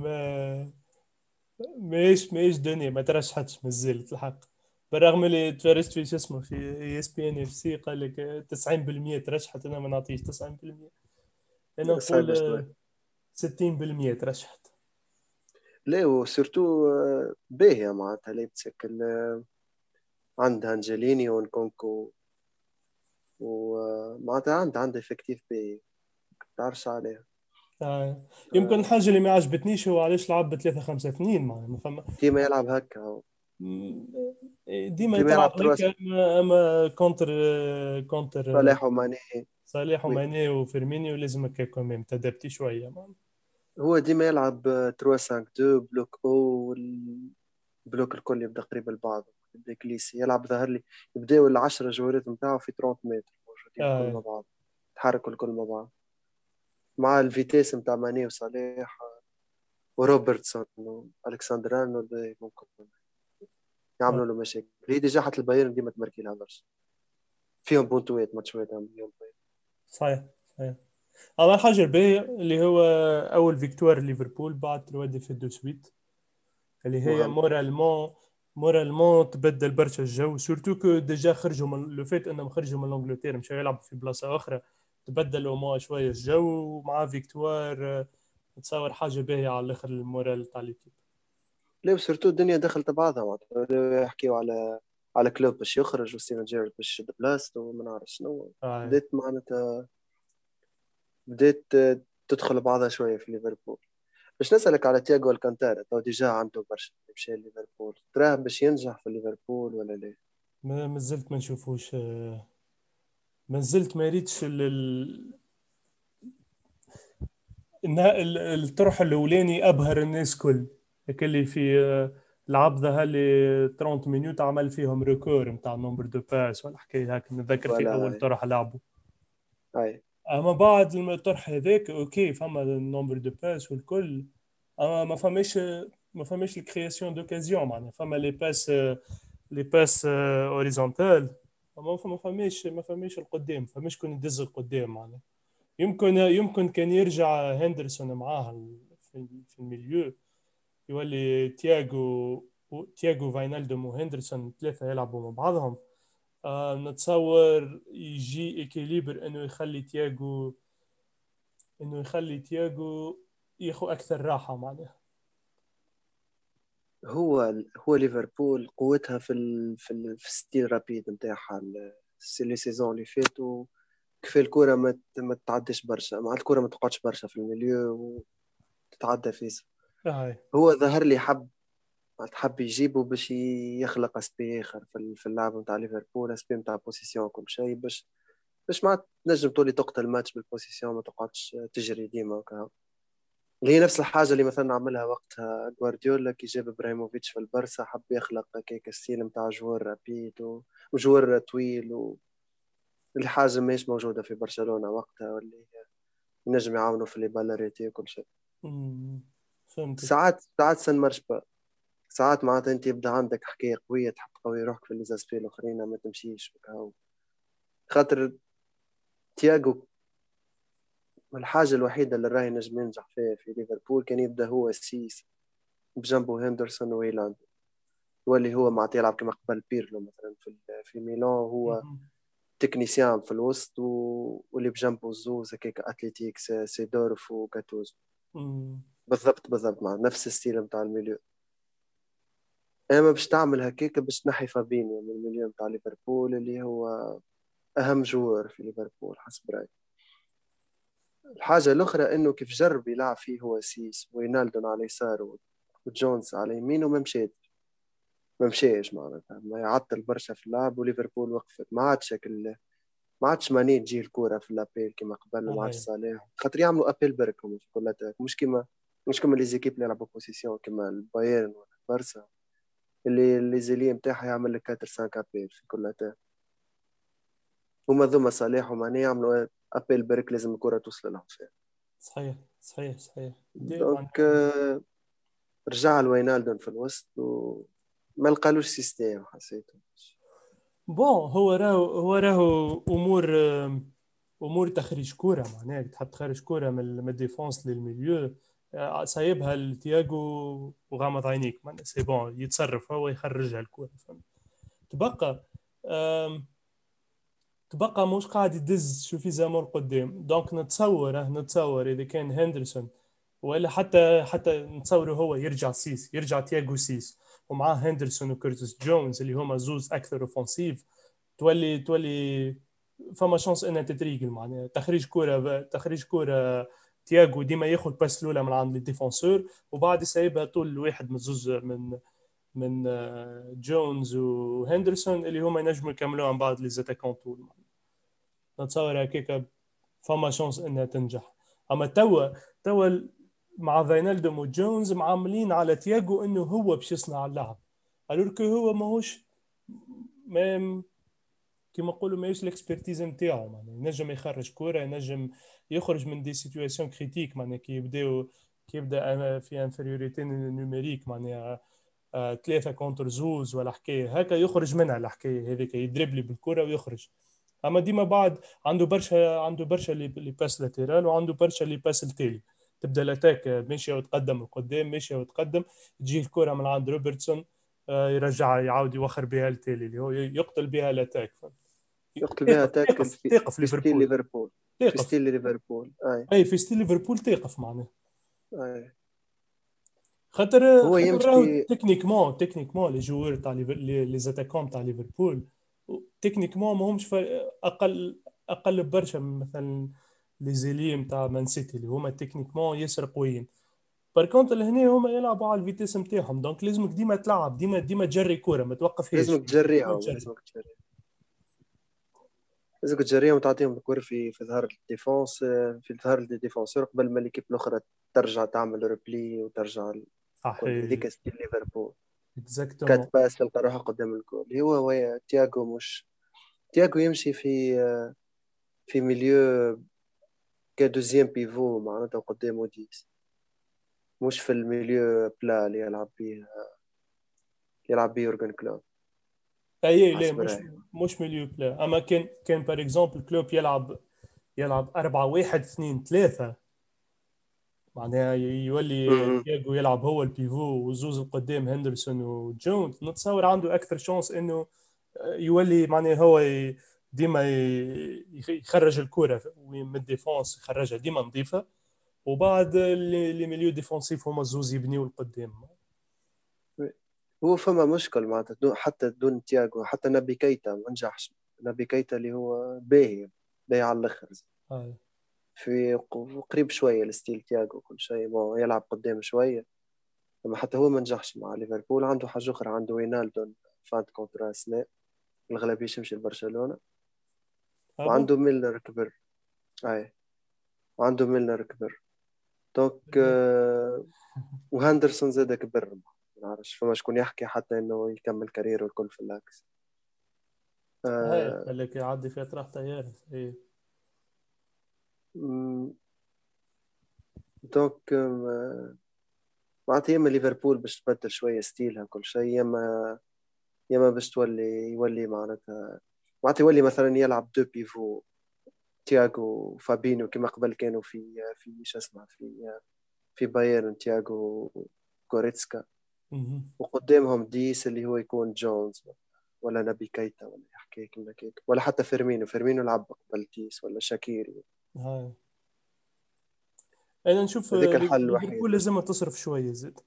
ما دنيا ما ترشحتش مازالت الحق. بالرغم اللي تفرجت في شو اسمه في اي اس بي ان اف سي قال لك 90% ترشحت، انا ما نعطيش 90%، انا نقول صعيبة شوي. 60% ترشحت. لا وسورتو باهية معناتها ليبتسك عندها انجليني ونكونكو ومعناتها عندها افكتيف باهي تعرفش عليها. يمكن آه، الحاجه اللي ما عجبتنيش هو علاش لعب ب 3-5-2 ما فما. ديما يلعب هكا هو. م- ديما ديما تلعب يلعب هيك، اما كونتر صالح وماني. صالح وي. وماني وفيرمينيو لازمك كمان تدبتي شويه هو ديما يلعب 3-5-2 بلوك او البلوك الكل يبدا قريب لبعض. يبدا كليسي يلعب ظهر لي. يبداو العشرة جوارات نتاعو في 30 متر موجودين الكل آه. مع بعض. تحركوا الكل مع بعض مع الفيتيس نتاع ماني وصالح وروبرتسون والكسندر ارنولد ممكن آه. يعملوا له مشاكل. هي ديجا حتى البايرن ديما تمركي لها برشا فيهم بونتوات ماتشات اليوم. صحيح صحيح. أول حاجة الباهية اللي هو أول فيكتوار ليفربول بعد تروادي في الدو سويت، اللي هي مهم. مورالمون تبدل برشا الجو، سورتو كو ديجا خرجوا من لو فيت انهم خرجوا من انجلترا مشاو يلعبوا في بلاصة أخرى، تبدلوا موا شوية الجو مع فيكتوار، تصور حاجة باهية على الآخر المورال تاع ليكيب. لا سورتو الدنيا دخلت بعضها معناتها يحكيو على كلوب باش يخرج وستيفن جيرارد باش يشد بلاصتو وما نعرف شنو. آه. بديت معناتها بديت تدخل بعضها شويه في ليفربول. باش نسألك على تياغو الكانتارا تو ديجا عنده برشا مشى ليفربول، تراه باش ينجح في ليفربول ولا لا؟ ما زلت ما نشوفوش، ما زلت ما ريتش الطرح الاولاني ابهر الناس كل هيك اللي في العبده اللي 30 مينوت عمل فيهم ريكور نتاع نومبر دو باس ولا حكايه هيك، نتذكر في ولا اول طرح لعبه. هاي اما بعد الطرح هذاك اوكي فما النومبر دو باس والكل، اما ما فماش الكرياسيون دوكازيون معناها فما لي باس اوريزونتال، ما فماش القدام، فماش كون يدز القدام معناها. يمكن كان يرجع هندرسون معاه في الميليو، يولي تياغو تياغو فاينالدوم وهندرسون ثلاثة يلعبوا مع بعضهم، نتصور يجي إكيليبر إنه يخلي تياغو ياخو أكثر راحة معناها. هو ليفربول قوتها في الستيل رابيد نتاعها لي سيزون اللي فاتوا. كيف الكرة ما تتعدش برشا، مع الكرة ما تقعدش برشا في الميليو وتتعدى فيس. هاي هو ظهر لي حب يجيبه باش يخلق اسبي اخر في اللعب نتاع ليفربول، اسبي نتاع بوزيسيون كل شيء، باش ما تنجم تولي تقتل الماتش بالبوزيسيون، ما تقعدش تجري ديما وكذا. اللي هي نفس الحاجة اللي مثلا عملها وقتها غوارديولا كي جاب ابراهيموفيتش في البرسا، حب يخلق كيك ستيل نتاع جوار رابيد وجوار طويل اللي حاجة ماهيش موجودة في برشلونة وقتها، واللي ينجم يعاونوا في لي بالاريتي وكل شيء. فهمتك. ساعات سن مارش با، ساعات معناتها انت يبدا عندك حكاية قوية تحب تقوي روحك في ليزاسبي الاخرين ما تمشيش وكاو. خاطر تياغو الحاجة الوحيدة اللي راهي نجم ينجح فيها في ليفربول كان يبدا هو السيس بجنبه هندرسون ويلاند، واللي هو معناتها يلعب كما قبل بيرلو مثلا في ميلان، هو تكنيسيان في الوسط واللي بجنبه الزوز هكاك اتليتيكس سيدورف وكاتوزو. بالضبط مع نفس الستيل نتاع الميليو. اما باش تعمل هكاك باش تنحي فابينيو من الميليو نتاع ليفربول اللي هو اهم جوار في ليفربول حسب رايي. الحاجه الاخرى انه كيف جرب يلعب فيه هو سيس وينالدون على يساره وجونز على يمينه ما مشيش معناتها، ما يعطل برشا في اللعب وليفربول وقفت. ما عادش ماني تجي الكوره في الابيل كما قبل، ما عادش هاي صالح خاطر يعملوا ابيل بركهم في كل تاك، مش كما لي زيكيب اللي يلعبوا بوزيسيون كما البايرن ولا البارسا اللي زيلي نتاعها يعمل لك 4 5 ابيل في كل تاك. هما ذوما صالح وماني يعملوا ابيل برك لازم الكوره توصل لهم فيها. صحيح دي دونك معناها. رجع لوينالدون في الوسط وما لقالوش سيستيم حسيته. بون هو راهو امور تخريج كوره، معناها تحب تخرج كوره من الديفونس للميليو، سايبها لتياغو وغمض عينيك، معناها سي بون يتصرف هو يخرجها الكوره. فهمت. تبقى آم، تبقى مش قاعد يدز شو في زمان قدام. دونك نتصور اذا كان هندرسون ولا حتى نتصوره هو يرجع تياغو سيس ومعاه هندرسون وكورتس جونز اللي هما زوز اكثر اوفنسيف، تولي فما شانس انها تتريقل. معناها تخريج كوره تياغو ديما ياخذ باس الاولى من عند الديفونسور وبعد يسيبها طول واحد من زوز من جونز وهندرسون اللي هما ينجموا يكملوا عن بعض لي زاتاكون طول. نتصور هكاك فما شانس انها تنجح. اما توا مع فاينالدوم وجونز معاملين على تياغو انه هو باش يصنع اللعب، الوركو هو ماهوش ما كما نقولوا ماهيش الاكسبرتيز نتاعو. معناها ينجم يخرج كوره، ينجم يخرج من دي سيتوياسيون كريتيك، معناها كي يبدا في انفيريوريتي نوميريك، معناها 3 كونتر 2 ولا حكايه هكا يخرج منها الحكايه هذيك، يدربلي بالكره ويخرج. اما ديما بعد عنده برشا اللي باس لاتيرال وعنده برشا اللي باس التالي. تبدا الاتاك ماشيه وتقدم لقدام، ماشيه وتقدم، تجي الكره من عند روبرتسون يرجع يعاود يوخر بها التالي اللي هو يقتل بها الاتاك. يقتل بها تقف تاكل تقف في ستيل ليفربول. ليفربول. في تقف ستيل ليفربول اي في ستيل ليفربول تقف معناه. أي. خاطر هو خاطر راهو يمشي تكنيكمون لي جوور تاع لي زاتاكون تاع ليفربول تكنيكمون ما همش اقل برشا من مثلا لي زيليم تاع مان سيتي اللي هما تكنيكمون ياسر قويين. باركونت لهنا هما يلعبوا على الفيتيس نتاعهم، دونك لازمك ديما تلعب، ديما تجري كوره ما توقفهاش، لازمك ديما تجريهم تجري. لازمك تجريهم لازمك تجريهم وتعطيهم الكرة في ظهر الديفونس، في ظهر الديفونسور قبل ما ليكيب الأخرى ترجع تعمل ريبلي وترجع الكل. صحيح هذيك ستيل ليفربول اكزاكتومون. كات باس تلقى روحها قدام الجول. هو تياغو مش تياغو يمشي في ميليو كدوزيام بيفو معناتها قدامه 10، مش في الميليو بلا اللي يلعب بيه يورجن كلوب اي لا حسب مش رايي. مش مليو بلا. اما كان بار اكزومبل كلوب يلعب 4-1-2-3 معناها يولي مم. تياغو يلعب هو البيفو وزوز القدام هندرسون وجونز، نتصور عنده اكثر شانس انه يولي معناها هو ديما يخرج الكرة من الديفونس، يخرجها ديما نظيفة، وبعد اللي ميليو ديفونسيف هما الزوز يبنيو القدام. هو فما مشكل معناتها حتى دون تياغو، حتى نبي كيتا ما نجحش. نبي كيتا اللي هو باهي، باهي على الاخر، هاي. في قريب شويه لستيل تياغو كل شيء، يلعب قدام شويه. اما حتى هو ما نجحش مع ليفربول. عنده حاجه اخرى، عنده وينالدو فانت كونترا سنة، الغالبيه يمشي لبرشلونه. هذا وعنده ميلنر كبر. اي، وعنده ميلنر كبر. دونك وهندرسون زاد كبر. ما نعرفش فما شكون يحكي حتى انه يكمل كاريره الكل في الاكس. هاي آه، خليك يعدي فترة طيارة ايه. مم، دونك معناتها ياما ليفربول باش تبدل شويه ستيلها كل شيء، ياما باش يولي معناتها يولي مثلا يلعب دو بيفو، تياغو وفابينو كما قبل كانوا في شو اسمه في بايرن، تياغو كوريتسكا، مهم. وقدامهم ديس اللي هو يكون جونز ولا نبي كيتا ولا يحكي كيما كيك، ولا حتى فيرمينو لعب قبل ديس ولا شاكيري. هاي انا نشوف هذاك الحل ليفربول الوحيد. لازم تصرف شوية زيد،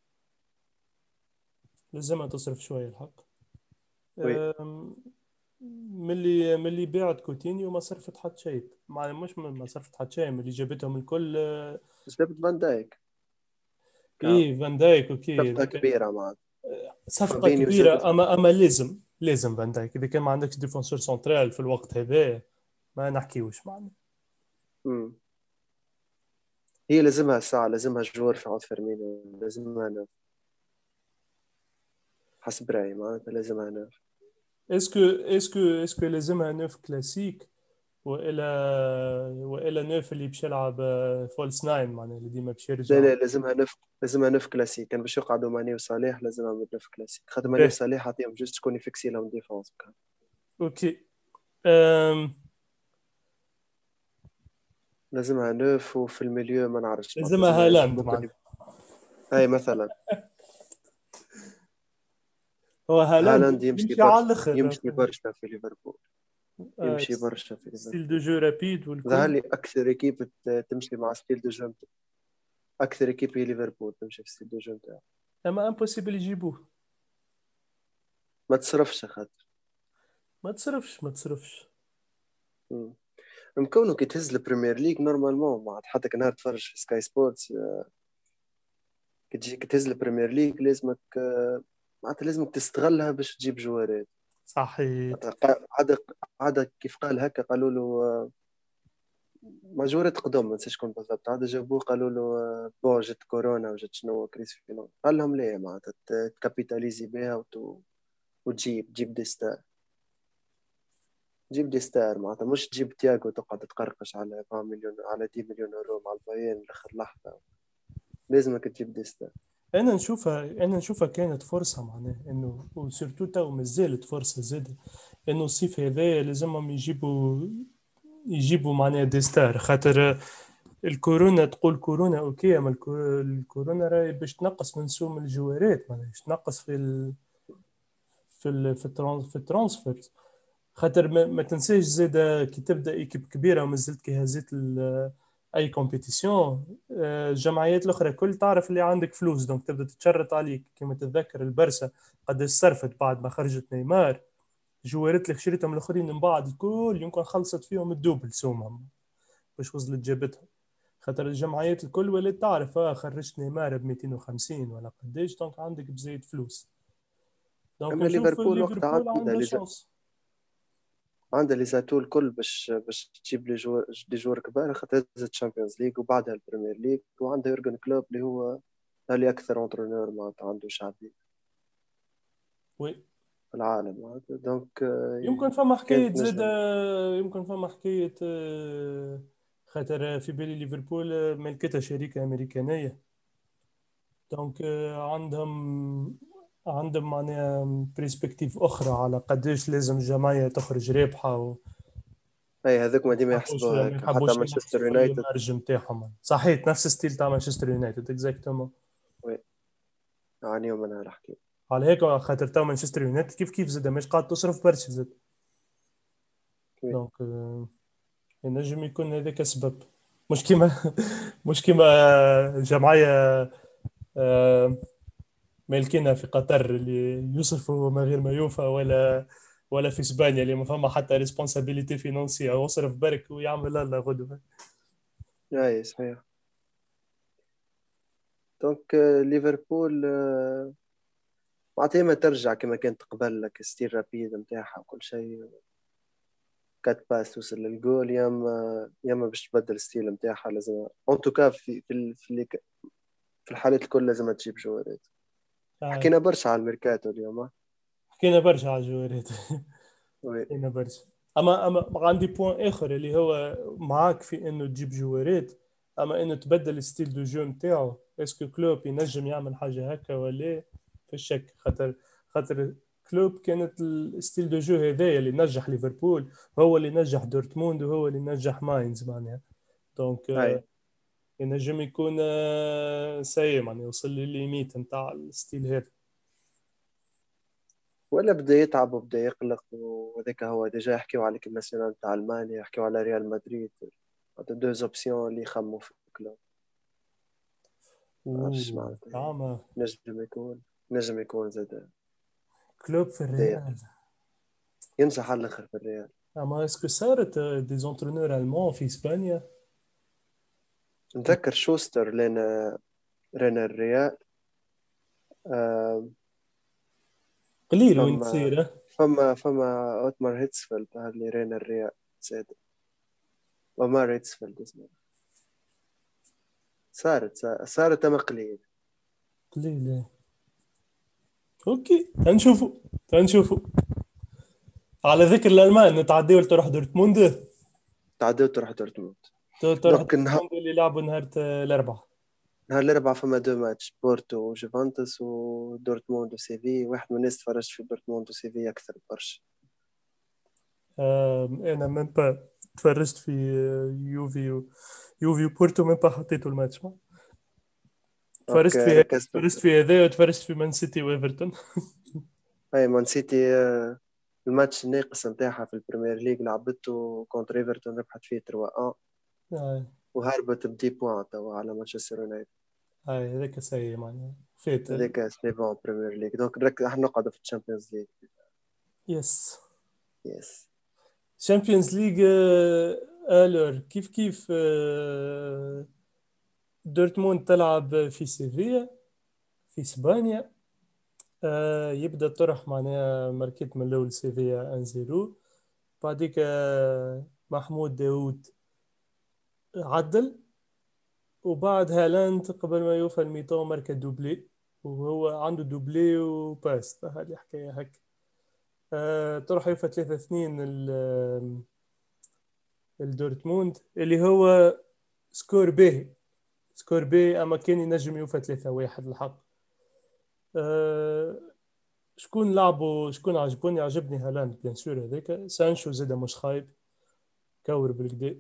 لازم تصرف شوية الحق. وي، أم، من اللي باعت كوتينيو ما صرفت حتى شيء، مش ما صرفت حتى شيء من اللي جابتهم الكل. جبت فان دايك ايه فان دايك اوكي صفقة ذيك كبيرة مع صفقة فابينيو زاد. كبيرة، اما لازم فان دايك، اذا كان ما عندكش ديفونسور سنترال في الوقت هذا ما نحكيوش معنا. مم. هي لازمها ساعة، لازمها جوار في عود فيرمينو، لازمها أنا حسب رأيي معناتها لازمها أنا. اسكو لازمها نوف كلاسيك، والا نوف اللي باش يلعب فولس ناين معناها اللي ديما باش لا يرجع. لا، لازمها نف كلاسيك. كان باش يقعدوا ماني وصالح لازمها من نف كلاسيك، خاطر ماني به وصالح عطيهم جوست شكون يفكسي لهم ديفونس كان. اوكي. أم... لازمها نوف، وفي الميليو ما نعرفش ما لازمها لازمها هالاند ممكن معناها. هاي مثلا هو هالاند هالاند يمشي يمشي على برشا، الاخر. يمشي برشا في ليفربول، يمشي برشا في ستيل دو ليفربول. جو رابيد ظهر والكل. لي أكثر إيكيب تمشي مع ستيل دو جو، أكثر إيكيب هي ليفربول تمشي في ستيل دو جو نتاعو. اما امبوسيبل يجيبوه. ما تصرفش خاطر. ما تصرفش. مم. مكونه كي تهز البريمير ليج نورمالمون، مع حتى كنهار تفرج في سكاي سبورتس، كي تجي كي تهز البريمير ليج لازمك معناتها لازمك تستغلها باش تجيب جوارات. صحيت. عاد كيف قال هكا، قالوا له ما جورة قدم ما نسيش شكون بالضبط، عاد جابوه قالوا له بون جت كورونا وجت شنو كريس فينو، قال لهم ليه معناتها تكابيتاليزي بها وتجيب دي ستار، جيب دي ستار معناتها، مش تجيب تياغو تقعد تقرقش على 4 مليون على 10 مليون يورو مع البايرن لاخر لحظة. لازمك تجيب دي ستار. انا نشوفها كانت فرصه معناها انه، وسيرتو تو مازالت فرصه زاد انه الصيف هذا لازمهم يجيبوا معناها دي ستار، خاطر الكورونا تقول كورونا اوكي، اما الكورونا راهي باش تنقص من سوم الجوارات معناها، باش تنقص في الترانسفيرز. خاطر ما تنساش زاد كي تبدا ايكيب كبيره ومازلت كي هزيت اي كومبيتيسيون، الجمعيات الاخرى كل تعرف اللي عندك فلوس، دونك تبدا تتشرط عليك كما تتذكر البرسا قد صرفت بعد ما خرجت نيمار، جوارات اللي خشريتهم الاخرين من بعد الكل يمكن خلصت فيهم الدوبل سومهم باش وصلت جابتهم، خاطر الجمعيات الكل ولات تعرف خرجت نيمار ب 250 ولا قداش، دونك عندك بزايد فلوس. دونك اما نشوف ليفربول وقتها ليفربول عنده شانس. عندها لي زاتو الكل باش تجيب لي جوار كبار، خاطر هزت الشامبيونز ليج وبعدها البريمير ليج، وعندها يورجن كلوب اللي هو اللي اكثر انترونور معناتها عنده شعبيه وي. في العالم معناتها. دونك يمكن فما كانت حكاية زادة، نجم. يمكن فما حكاية خاطر في بالي ليفربول ملكتها شركة أمريكانية، دونك عندهم معناها برسبكتيف أخرى على قداش لازم الجمعية تخرج رابحة اي هذوك ما ديما يحبوش يحسبوا ما هيك، حتى يحبوش مانشستر يلمسوا يونايتد. المارج نتاعهم، صحيح نفس ستيل تاع مانشستر يونايتد اكزاكتومون. وي، يعانيوا منها الحكي. على هيك خاطر تو مانشستر يونايتد كيف زاد مش قاعد تصرف برشا زاد. وي. دونك ينجم يكون هذاك السبب. مش كيما مش كيما جمعية آه، مالكينها في قطر اللي يصرفوا ما غير ما يوفى، ولا في اسبانيا اللي ما فما حتى ريسبونسابيلتي فينانسية، يصرف برك ويعمل الله غدوة. اي صحيح. دونك ليفربول معناتها ما ترجع كما كانت قبل لك، ستيل رابيد نتاعها وكل شيء، كات باس توصل للجول، يا اما باش تبدل الستيل نتاعها، لازم اون توكا في الحالات الكل لازم تجيب جوارات. آه. حكينا برشا على الميركاتو اليوم. حكينا برشا على الجوارات. وي. حكينا برشا. اما عندي بوان اخر اللي هو معاك في انه تجيب جوارات، اما انه تبدل الستيل دو جو نتاعو. اسكو كلوب ينجم يعمل حاجه هكا ولا؟ في الشك. خاطر كلوب كانت الستيل دو جو هذايا اللي نجح ليفربول، هو اللي نجح دورتموند، وهو اللي نجح ماينز معناها. دونك اي ينجم يكون سيء معناها، يوصل للليميت نتاع الستيل هذا. ولا بدا يتعب وبدا يقلق، وهذاك هو ديجا يحكيو على الكيب ناسيونال تاع المانيا، يحكيو على ريال مدريد، هذا دوز اوبسيون اللي يخموا في الكلوب. ما عرفتش معناتها، نعم. نجم يكون نجم يكون زاد كلوب في داير الريال. ينجح على الاخر في الريال. اما اسكو صارت دي زونترونور المون في اسبانيا؟ نتذكر شوستر لنا الريال. آه، قليل وين فما تصير. فما اوتمار هيتسفيلد اللي رينا الريال زاد، ومار هيتسفيلد اسمه. صارت اما قليل. قليل إيه. اوكي تنشوفوا. على ذكر الالمان نتعدي تروح دورتموند. تعدوا تروح دورتموند. تروح دوك دورتموند اللي لعبوا نهار الاربعاء. نهار الأربعاء فما دو ماتش، بورتو وجوفنتوس ودورتموند وسيفي. واحد من الناس تفرجت في دورتموند وسيفي أكثر برشا. انا من با تفرجت في يوفي وبورتو، من با حطيته الماتش. دونك تفرجت في ركزت. تفرجت في هذا، وتفرجت في مان سيتي وايفرتون. هاي مان سيتي الماتش الناقص نتاعها في البريمير ليج لعبته كونتر ايفرتون، ربحت فيه 3-1 هاي وهربت بدي بوان توا على مانشستر يونايتد. هاي هذاك سيء معناها فات هذاك سي بون بريمير ليج، دونك راح نقعد في الشامبيونز ليج. يس. يس. شامبيونز ليج. الور كيف دورتموند تلعب في سيفيا في اسبانيا. يبدا طرح معناها ماركت من الاول سيفيا 1-0. بعديك محمود داوود عدل، وبعد هالاند قبل ما يوصل الميتو ماركا دوبلي، وهو عنده دوبلي وباس. هذه حكايه هكا. تروح يوفى 3-2 الدورتموند اللي هو سكور باهي. سكور باهي، اما كان ينجم يوفى 3-1 الحق. أه شكون لعبوا، شكون عجبني هالاند بيان سور، هذاك سانشو زاد مش خايب، كور بالكدا.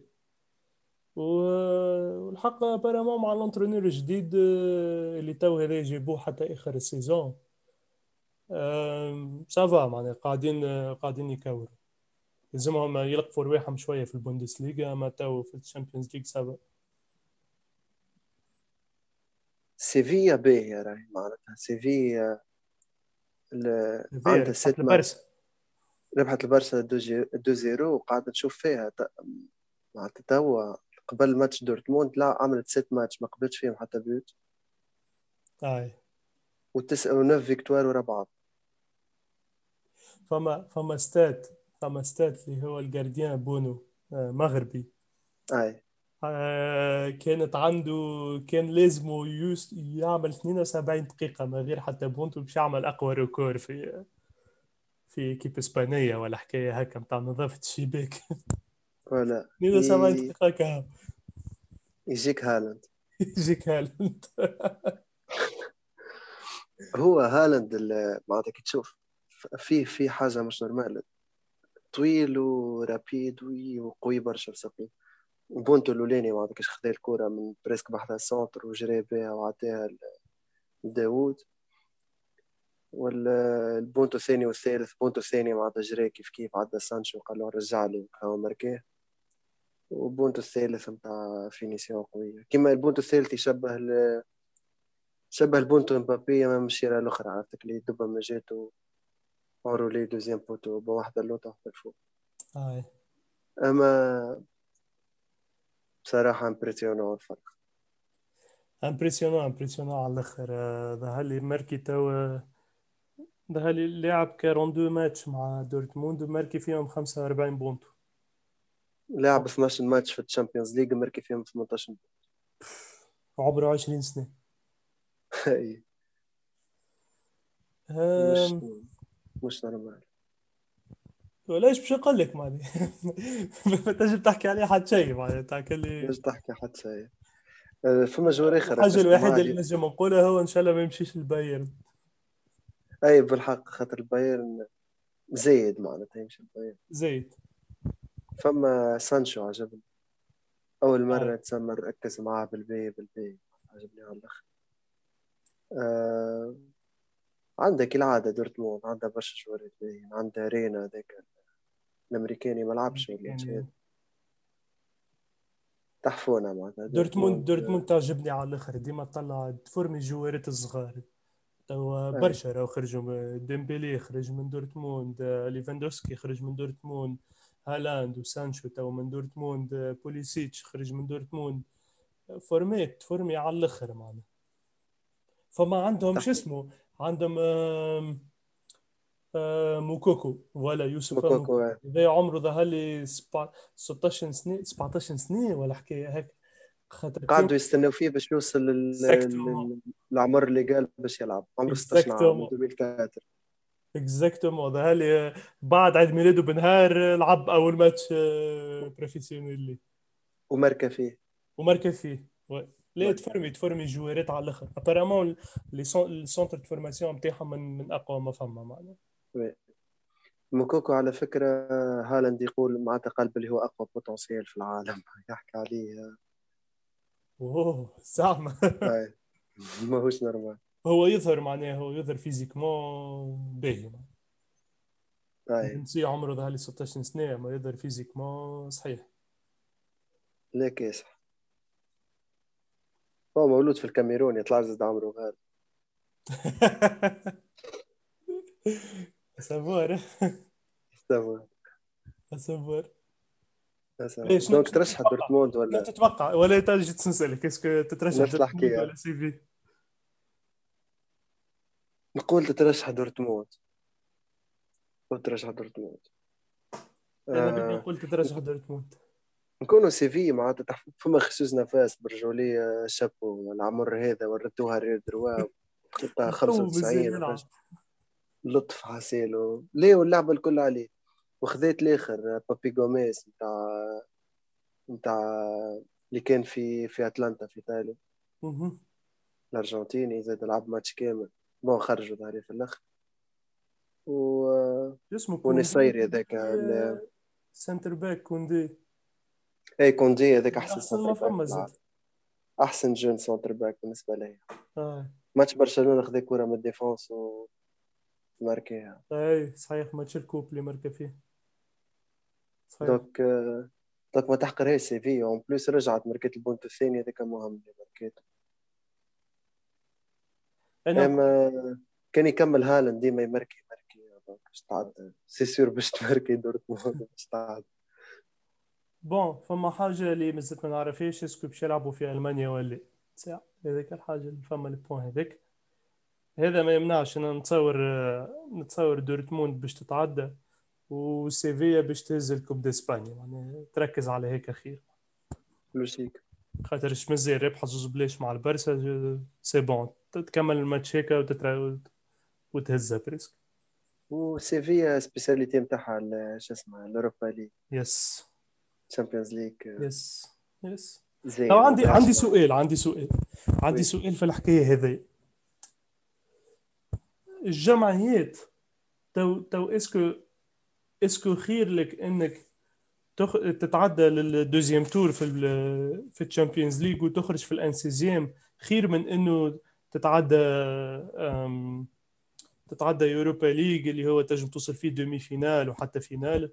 والحق بارامون مع الانترونور الجديد اللي تو هذا جابوه حتى اخر السيزون. سافا معناها قاعدين يكوروا. لازمهم يلقفوا رواحهم شويه في البوندسليغا، اما تو في الشامبيونز ليج سافا. سيفيا باهية راهي، معناتها سيفيا هذه عندها ربحت ست ماتش. البارسا. ربحت البارسا 2-0 وقاعدة تشوف فيها معناتها توا. قبل ماتش دورتموند لا، عملت 6 ماتش ما قبلتش فيهم حتى بيوت، اي ونوف فيكتوار ورا بعض. فما ستات اللي هو الجارديان بونو، مغربي. اي كانت عنده، كان لازمه يعمل 72 دقيقة من غير حتى بونتو باش يعمل أقوى ريكور في كيب إسبانية ولا حكاية هكا متاع نظافة الشباك. ولا 72 دقيقة كهو. يجيك هالاند. يجيك هالاند. هو هالاند معناتها كي تشوف في حاجة مش نورمال. طويل ورابيد وقوي برشا بصفي. بونتو الاولاني ما عندكش، خذا الكرة من بريسك بحث السونتر وجري بها وعطاها لداوود. والبونتو الثاني والثالث، بونتو الثاني معناتها جري كيف كيف عدى سانشو قال له رجع لي هو ماركاه. وبونتو الثالث نتاع فينيسيون قوية. كيما البونتو الثالث يشبه شبه البونتو مبابي من الشيرة الأخرى، عرفتك اللي دبا ما جاتو اورولي دوزيام بوتو بواحدة اللوطة واحدة الفوق. هاي أما بصراحة امبرسيونون الفرق. امبرسيونون على الاخر. ظهر لي ماركي تو، ظهر لي لعب 42 ماتش مع دورتموند وماركي فيهم 45 بونت. لعب 12 ماتش في الشامبيونز ليج مركي فيهم 18. عمره 20 سنة. مش أم... مش نورمال. وليش باش نقول لك معني ما تنجم تحكي عليه حد شيء معناتها كلي. مش تحكي حتى شيء. فما جوار اخر الحاجة ركزت الوحيدة معاه اللي نجم نقولها هو ان شاء الله ما يمشيش البايرن. اي بالحق خاطر البايرن زايد معناتها يمشي البايرن. زيد. فما سانشو عجبني اول هاي مره تسمى ركز معاه بالبي عجبني على الاخر. آه... عندك العاده دورتموند عندها برشا جوارات باهيين. عندها رينا هذاك الامريكاني ما لعبش ولا شيء، يعني تحفونا معناتها دورتموند دورتموند. دورتموند تعجبني على الاخر، ديما تطلع تفورمي جوارات الصغار. توا اي برشا راهو خرجوا ديمبيلي خرج من دورتموند، ليفاندوفسكي خرج من دورتموند، هالاند وسانشو توا من دورتموند، بوليسيتش خرج من دورتموند. فورمي على الاخر معنا. فما عندهم شو تحفو اسمه، عندهم موكوكو ولا يوسف مكوكو. موكوكو، هذا عمره ظهر لي 16 سنه 17 سنه ولا حكايه هيك. خاطر كان قعدوا يستنوا فيه باش يوصل اكزاكتومون للعمر اللي قال باش يلعب عمره 16 عام من اكزاكتومون 2003. اكزاكتومون ظهر لي بعد عيد ميلاده بنهار لعب اول ماتش بروفيسيونيل لي وماركا فيه. وماركا فيه. لا ماركا تفرمي جوارات على الاخر ابارامون. السونتر دو فورماسيون نتاعهم من اقوى ما فما معنا. فيه. موكوكو على فكرة هالاند يقول معناتها قلب اللي هو أقوى بوتنسيال في العالم يحكي عليه. اوه زعما هاي ماهوش نورمال. هو يظهر معناه، هو يظهر فيزيكمون باهي. هاي نسي عمره ظهر لي 16 سنه ما يظهر فيزيكمون صحيح. لا كاسح. هو مولود في الكاميرون يطلع زاد عمره غير. سافور استوى. سافور. أسا. ليش دونك شنو ترشح تتوقع؟ دورتموند شنو ولا تتوقع ولا تجي تسألك اسكو تترشح نفس دورتموند الحكاية؟ ولا سي في؟ نقول تترشح دورتموند. قلت ترشح دورتموند. انا بدي آه. نقول تترشح دورتموند. نكونوا سي في معناتها فما خصوص نفاس برجولية شابو العمر هذا وردوها ريال دروا دقيقة تو مازال 95 يلعب. لطف حسيلو ليه واللعبة الكل عليه. وخذيت الاخر بابي جوميز نتاع اللي كان في اتلانتا في ايطاليا مهم. الارجنتيني زاد لعب ماتش كامل. بون خرجوا ظهري في الاخر. و اسمه كوندي ونصيري كوندي، هذاك سنتر باك كوندي. اي كوندي هذاك احسن احسن سنتر ما باك فما في زاد. العالم. احسن جون سنتر باك بالنسبه لي. آه. ماتش برشلونه خذ كره من الديفونس وماركيها. اي صحيح ماتش الكوب اللي مركب فيه. صحيح. دوك دوك ما تحقرهاش سي في اون بليس رجعت ماركت البونت الثاني هذاك مهم اللي ماركته. انا نقول اما كان يكمل هالاند ديما يمركي دونك باش تعدى سي سور باش تمركي دورتموند باش تعدى. بون فما حاجه اللي مازلت ما نعرفهاش اسكو باش يلعبوا في المانيا ولا لا. ساعة هذيك الحاجه اللي فما البوان هذاك. هذا ما يمنعش ان نتصور دورتموند باش تتعدى وسيفيا باش تهز الكوب داسبانيا، يعني تركز على هيك خير. لوجيك. خاطر مازال ربح زوز بلاش مع البرسا سي بون تكمل الماتش هيك وتهزها بريسك. وسيفيا سبيساليتي نتاعها شو اسمه الاوروبا ليج يس تشامبيونز ليج يس يس. طب زين ما عندي ضيعش معاه. سؤال عندي سؤال عندي وي سؤال في الحكايه هذه. الجمعيات تو اسكو اسكو خير لك انك تتعدى للدوزيام تور في الشامبيونز ليج وتخرج في الانسيزيام، خير من انه تتعدى تتعدى يوروبا ليج اللي هو تنجم توصل فيه دومي فينال وحتى فينال،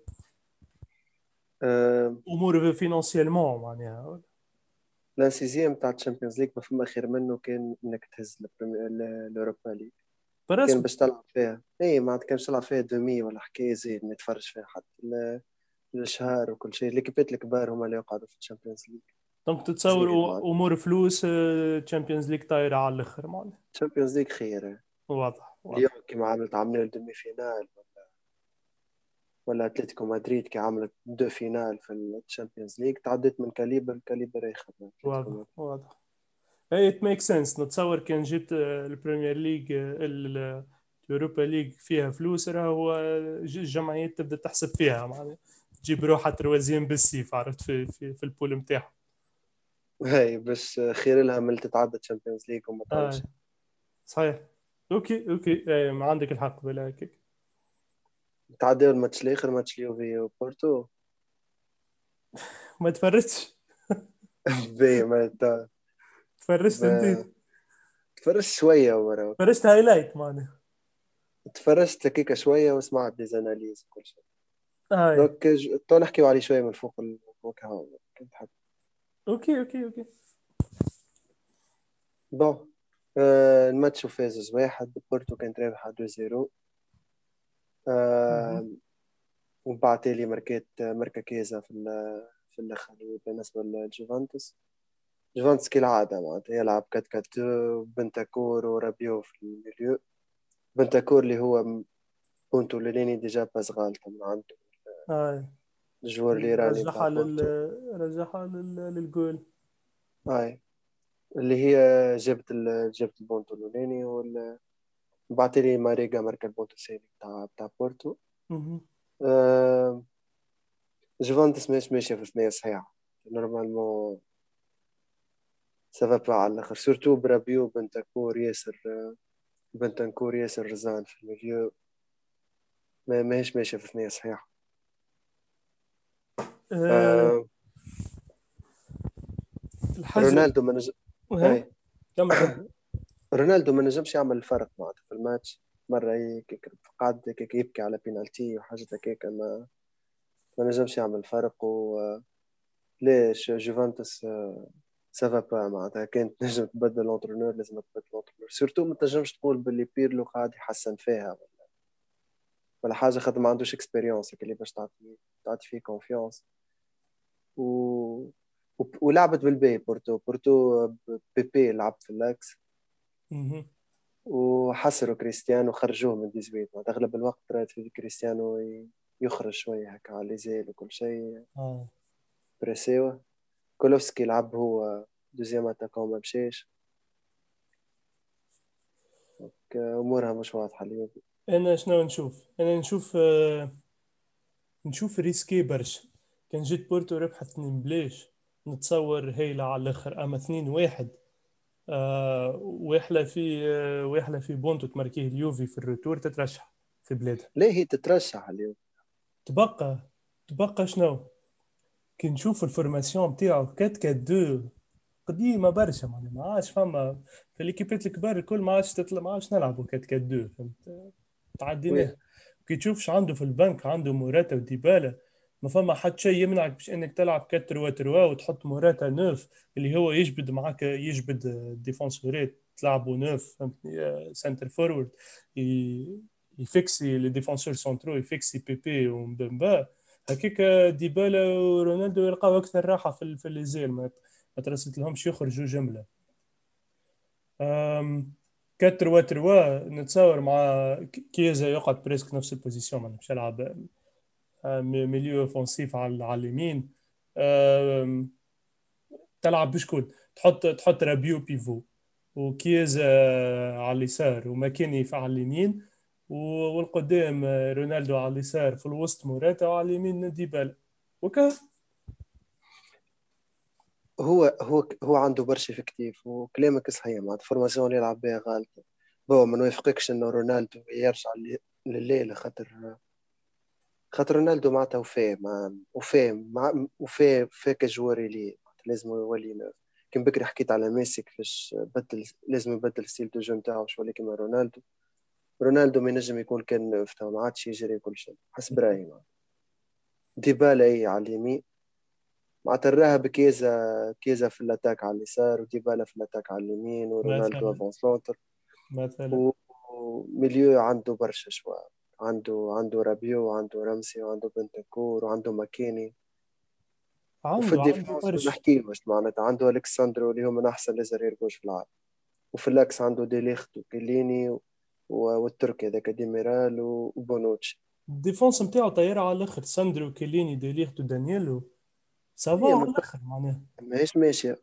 أه... امور فينانسيالمون معناها. الانسيزيام تاع الشامبيونز ليج ما فما خير منه كان انك تهز الاوروبا ليج. كان برسك باش تلعب فيها اي ما كانش تلعب فيها دومي ولا حكايه زيد ما يتفرج فيها حتى الشهر وكل شيء. ليكيبات الكبار هما اللي يقعدوا في الشامبيونز ليج دونك تتصور زيد معناها. امور فلوس تشامبيونز ليج طايره على الاخر معناها. الشامبيونز ليج خير. واضح اليوم واضح. كيما عملوا الدومي فينال، ولا اتلتيكو مدريد كي عملت دو فينال في الشامبيونز ليج تعدت من كاليبر يخدم اتلتيكو واضح مدريد. واضح. اي ات ميك سنس. نتصور كان جبت البريمير ليج اليوروبا ليج فيها فلوس، راه هو الجمعيات تبدا تحسب فيها معناها، تجيب روحها تروازيام بالسيف، عرفت، في البول نتاعها. هاي بس خير لها من تتعدى الشامبيونز ليج وما آه تعودش. صحيح. اوكي اوكي، ما عندك الحق بلا هيك. تعدى الماتش الاخر ماتش اليوفي وبورتو. ما تفرجتش؟ بي ما تفرجت انت؟ ب... تفرجت شويه ورا. فرجت هايلايت معناها. تفرجت لكيكا شويه وسمعت ديزاناليز وكل شيء. آه. دوك تو نحكيو عليه شويه من فوق فوق هاو كنت حاب. اوكي اوكي اوكي. بون الماتش فاز 1-1. بورتو كانت رابحه 2-0. مهم. آه وبعد تالي ماركا كيزا في الاخر بالنسبه للجوفانتوس. جوفانتوس كالعاده معناتها يلعب 4-4-2 بنتاكور ورابيو في الميليو. بنتاكور اللي هو بونتو ليني ديجا باس غالطة من عنده، آه. الجوار الإيراني بتاع رجعها بورتو. للجول. هاي اللي هي جابت البونتو الأولاني بعتلي ماريجا ماركا البونتو الثاني بتاع بورتو. مهم. آه... جوفانتس ماشية في الثنية صحيحة نورمالمون. سافا با على الآخر سورتو برابيو بنتنكور ياسر رزان في الميليو. ماهيش ماشية في الثنية صحيحة. آه. آه... الحاجة. رونالدو ما نجم. ها. هاي كمل كمل. رونالدو ما نجمش يعمل الفرق معناتها في الماتش. مرة قعد هيك يبكي على بينالتي وحاجة هيك ما نجمش يعمل فرق. وليش جوفانتوس سافا با معناتها كانت نجم تبدل الانترونور لازم تبدل الانترونور. سورتو ما تنجمش تقول باللي بيرلو قاعد يحسن فيها ولا حاجة خاطر ما عندوش اكسبيريونس اللي باش تعطي فيه كونفيونس. و... ولعبت بالبي بورتو بيبي لعب في اللاكس مهم. وحسروا كريستيانو خرجوه من 18. اغلب الوقت رأيت في كريستيانو يخرج شويه هكا على ليزيل وكل شيء آه. بريسيو. كولوفسكي لعب هو دوزيام اتاكون ما مشيش. امورها مش واضحه اليوم. انا شنو نشوف؟ انا نشوف نشوف ريسكي برشا. كان جيت بورتو ربحت 2 بلاش، نتصور هيلة على الاخر، اما 2-1 ويحلى في بونتو تماركيه اليوفي في الروتور تترشح في بلادها. ليه هي تترشح اليوم؟ تبقى تبقى شنو؟ كي نشوف الفورماسيون بتاعو 4-4-2 قديمه برشا، معناها ما عادش فما في ليكيبات الكبار الكل، ما عادش تطلع، ما عادش نلعبوا 4-4-2، فهمت؟ تعديناه. ويه كي تشوفش عنده في البنك عنده موراتا وديبالا، ما فما حد شيء يمنعك باش انك تلعب 4-3-3 وتحط موراتا نوف اللي هو يجبد معاك، يجبد الديفونسورات تلعبوا نوف، فهمتني، سنتر فورورد، ي- يفكسي لي ديفونسور سونترو، يفكسي بيبي ومبمبا. هكيك ديبالا ورونالدو يلقاو اكثر راحه في الليزيل، ما ترسلت لهمش يخرجوا جمله. 4-3-3 نتصور مع كيزا يقعد بريسك نفس البوزيسيون، مش يلعب ميليو اوفنسيف على اليمين. آم، تلعب بشكون؟ تحط رابيو بيفو، وكيزا على اليسار، وماكيني على اليمين، والقدام رونالدو على اليسار، في الوسط موراتا، وعلى اليمين ديبالا وكا. هو عنده برشا فيكتيف وكلامك صحيح مع الفورماسيون اللي يلعب بها غلط. هو ما نوافقكش انه رونالدو يرجع لليلة خاطر خاطر رونالدو معناتها وفاه كجواري ليه لازم يولي كان بكري حكيت على ميسي كيفاش بدل، لازم يبدل ستيل دو جو نتاعو باش يولي كيما رونالدو. رونالدو ما ينجم يكون كان فتاة ما عادش يجري كل شيء حسب رايي. ديبالا اي على اليمين معناتها الراهب كيزا في الاتاك على اليسار وديبالا في الاتاك على اليمين ورونالدو مثلا افون سونتر. مثلا وميليو عنده برشا شوية، عنده رابيو وعنده رمسي وعنده بنتنكور وعنده ماكيني. وفي عنده الديفونس ما برشا. نحكيوش معناتها عنده الكساندرو اللي هو من احسن ليزر يرجوش في العالم. وفي الاكس عنده ديليخت وكيليني والتركي هذاك ديميرال وبونوتشي. الديفونس نتاعو طيارة على الاخر، ساندرو كيليني ديليخت ودانييلو سافا هي على الاخر معناها. ماهيش ماشية.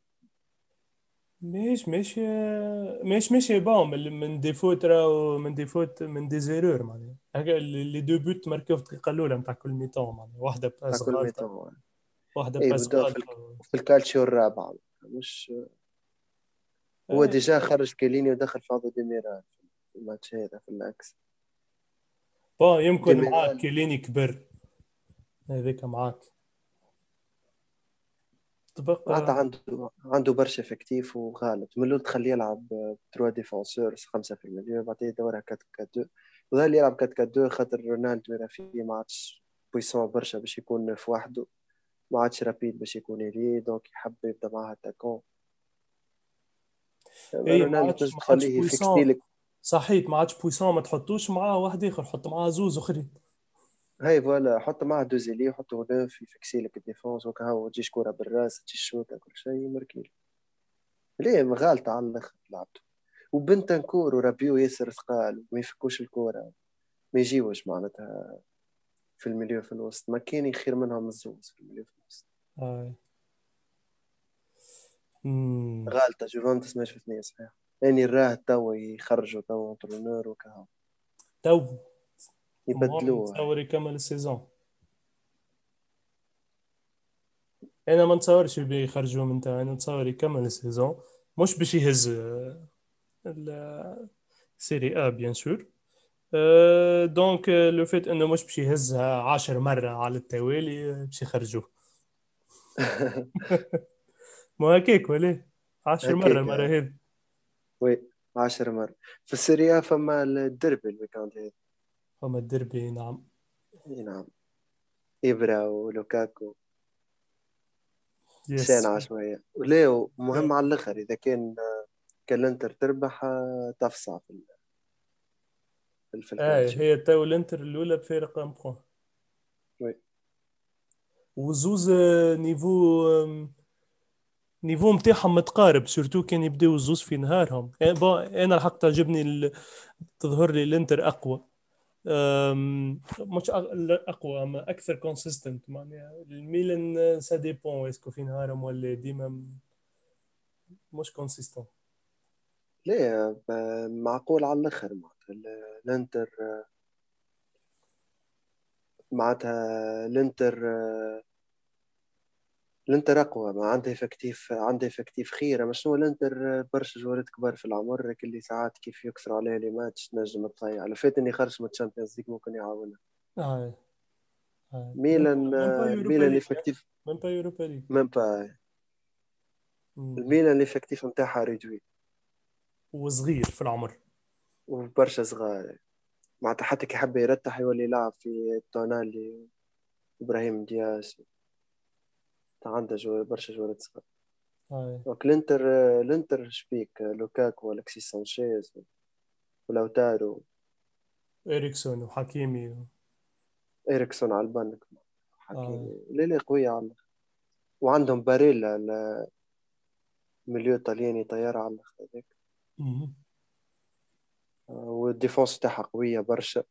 مش ماشي باهم من ديفوت راهو، من ديزيرور معناها. هكا لي دو بوت ماركيو في الدقيقة الأولى نتاع كل ميتون معناها، واحدة تاع باس كل غالطة، ميتون. واحدة اي باس بدأ غالطة. في الكالتشيو الرابع مش. هو ايه ديجا خرج كيليني ودخل فاضي ديميرال في الماتش هذا في الاكس. يمكن معاك ديميرال كيليني كبر، هذيك معاك تبقى. معناتها عنده برشا افكتيف وغالب من الاول تخليه يلعب 3 ديفونسور 5% بعدين يدورها 4 4 2. وظل يلعب 4 4 2 خاطر رونالدو راه فيه ما عادش بويسون برشا باش يكون في وحده، ما عادش رابيد باش يكون يلي دونك يحب يبدا معاه اتاكون. اي ما رونالدو عادش تنجم ما عادش تخليه في بويسون. ستيلك. صحيت ما عادش بويسون، ما تحطوش معاه واحد اخر، حط معاه زوز اخرين. هاي فوالا حط معاه دوزيلي حطه هنا في فيكسيلك الديفونس وكا تجيش كرة بالراس تجيش شوطة كل شيء مركيل. ليه غالطة على الاخر لعبته. وبنتنكور ورابيو ياسر ثقال ما يفكوش الكورة، ما يجيوش معناتها في المليو في الوسط، ما كان خير منهم الزوز في المليو في الوسط. هاي امم غالطة جوفنتوس ما شفتني صحيح. يعني راه توا يخرجوا توا انترونور وكا تو المهم يبدلوه. نتصور يكمل السيزون. انا ما نتصورش بيخرجوه من تاع، انا نتصور يكمل السيزون، مش باش يهز السيري ا بيان سور. دونك لو فيت انه مش باش يهزها 10 مرة على التوالي، باش يخرجوه. ما هكاك ولا 10 مرة هكاك المرة هذه. وي 10 مرة. في السيريا فما الدربي الويكاند هذا. هما الديربي نعم. إي نعم. إبرا ولوكاكو يس. شان عشوائية وليو مهم على الآخر. إذا كان الإنتر تربح تفصع في الكالتشيو. هي تو الانتر الاولى بفارق ان بوان. وي. وزوز نيفو نتاعهم متقارب، سورتو كان يبداو الزوز في نهارهم. انا الحق تعجبني تظهر لي الانتر اقوى. مش اقوى اما اكثر كونسيستنت معناها. الميلان سا ديبون اسكو في نهارهم ولا ديما مش كونسيستنت. ليه معقول على الآخر معناتها الإنتر معناتها الانتر اقوى ما عنده افكتيف خيره. مش هو الانتر برشا جوارات كبار في العمر لكن اللي ساعات كيف يكسروا عليه لي ماتش نجم تضيع. لو فات اني خرج من الشامبيونز ليج ممكن يعاونها. آه. آه. من با يوروبا الميلان ليج، افكتيف من با يوروبا ليج. ميم با. الميلان الافكتيف نتاعها ريدوي وصغير في العمر. وبرشا صغار معناتها حتى كي حب يرتاح يولي يلعب في تونالي ابراهيم دياس. عنده برشا جوارات صغار. آه. دونك الانتر شبيك لوكاكو والكسيس سانشيز ولوتارو. اريكسون وحكيمي إريكسون على البنك آه. حكيمي ليلي قوية على الآخر. وعندهم باريلا المليو طلياني طيارة على الآخر هذاك. مهم. والديفونس تاعها قوية برشا.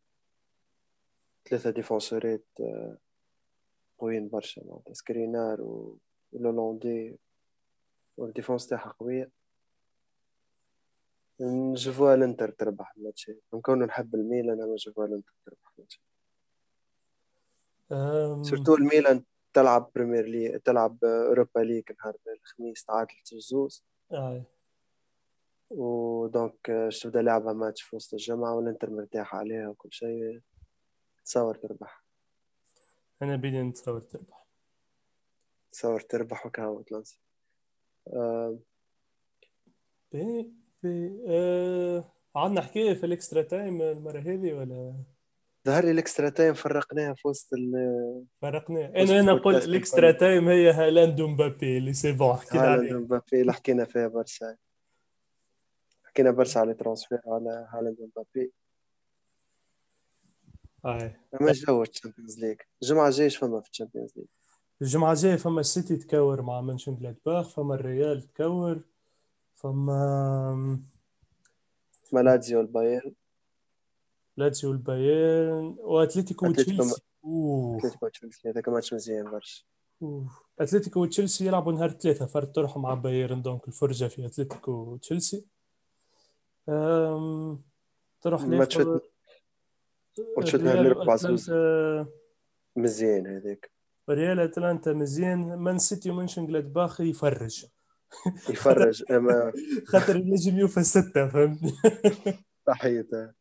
3 ديفونسورات قويين برشا معناتها سكرينار ولولاندي. والديفونس تاعها قوية. نشوفوها الانتر تربح الماتش. نكون نحب الميلان أنا نشوفوها الانتر تربح الماتش. أم... سورتو الميلان تلعب بريمير لي تلعب اوروبا ليج نهار الخميس تعادلت الزوز. آه. ودونك شو بدها لعبة ماتش في وسط الجمعة والانتر مرتاح عليها وكل شيء تصور تربح. انا بيدي نتصور تربح. تصور تربح وكهو تلانس. آه، بي بي عندنا حكايه في الاكسترا تايم المره هذه ولا ظهر لي الاكسترا تايم فرقناها في فرقنا؟ وسط انا نقول البودكاست الاكسترا الكل. تايم هي هالاند ومبابي اللي سي بون حكينا هالاند عليه. ومبابي اللي حكينا فيها برشا. حكينا برشا على ترانسفير على هالاند ومبابي. هاي اما جو الشامبيونز ليج الجمعه الجايه ايش فما في الشامبيونز ليج؟ الجمعه الجايه فما السيتي تكور مع مانشن جلادباخ، فما الريال تكور، فما مالازيو البايرن. لاتسيو البايرن واتلتيكو اتلتيكو وتشيلسي. اوه اتلتيكو تشيلسي هذاك ماتش مزيان برشا. اوه اتلتيكو وتشيلسي يلعبوا نهار ثلاثة، فرد تروح مع بايرن، دونك الفرجة في اتلتيكو وتشيلسي. أم... تروح ماتشات الاخر ماتشات نهار الريال الاربعاء زوز واتلانتا. مزيان هذاك. ريال اتلانتا مزيان، مان سيتي ومنشن جلادباخ يفرج. خاطر يفرج اما خاطر ينجم يوفى ستة، فهمتني. صحيته.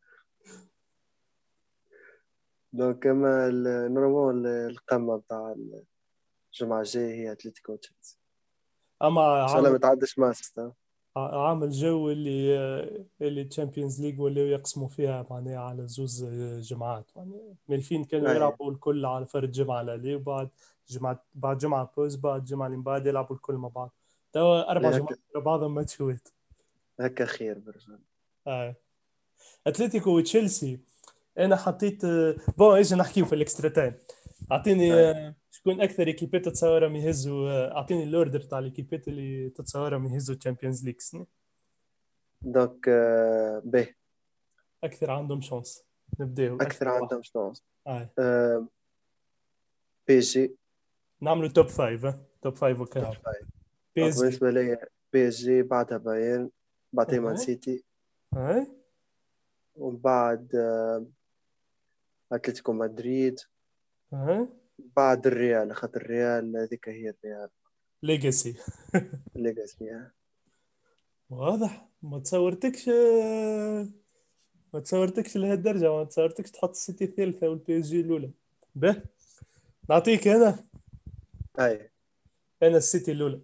دونك اما نورمال القمه نتاع الجمعه الجايه هي اتلتيكو تشيلسي. اما ان شاء الله عامل ما تعدش مانشستر. عامل جو اللي تشامبيونز ليج ولاو يقسموا فيها معناها على زوز جمعات، يعني مالفين كانوا اي يلعبوا الكل على فرد جمعة لا، وبعد جمعة بعد جمعة بوز، بعد جمعة اللي من بعد يلعبوا الكل مع بعض. توا أربع لا جمعات هكا ورا بعضهم ماتشات. هكا خير برشا. آه. أتلتيكو وتشيلسي. أنا حطيت بون إيش نحكيو في الإكسترا تايم. أعطيني اي شكون أكثر إيكيبات تتصورهم يهزوا، أعطيني الأوردر تاع الإيكيبات اللي تتصورهم يهزوا تشامبيونز ليج. دونك به أكثر عندهم شانس. نبداو اكثر أكثر واحد. عندهم شانس. آه. آه، بي اس جي. نعملوا توب فايف، ها؟ توب فايف توب وكهو. فايف. بي دونك اس جي. بالنسبه لي بي اس جي بعدها بايرن، بعدين مان اها. سيتي، هاي. ومن بعد اتلتيكو مدريد، هاي. بعد الريال خاطر الريال هذيك هي الريال ليجاسي. الليجاسي. واضح. ما تصورتكش لهالدرجة، ما تصورتكش تحط السيتي الثالثة والبي اس جي الأولى. به. نعطيك اي أنا السيتي الأولى.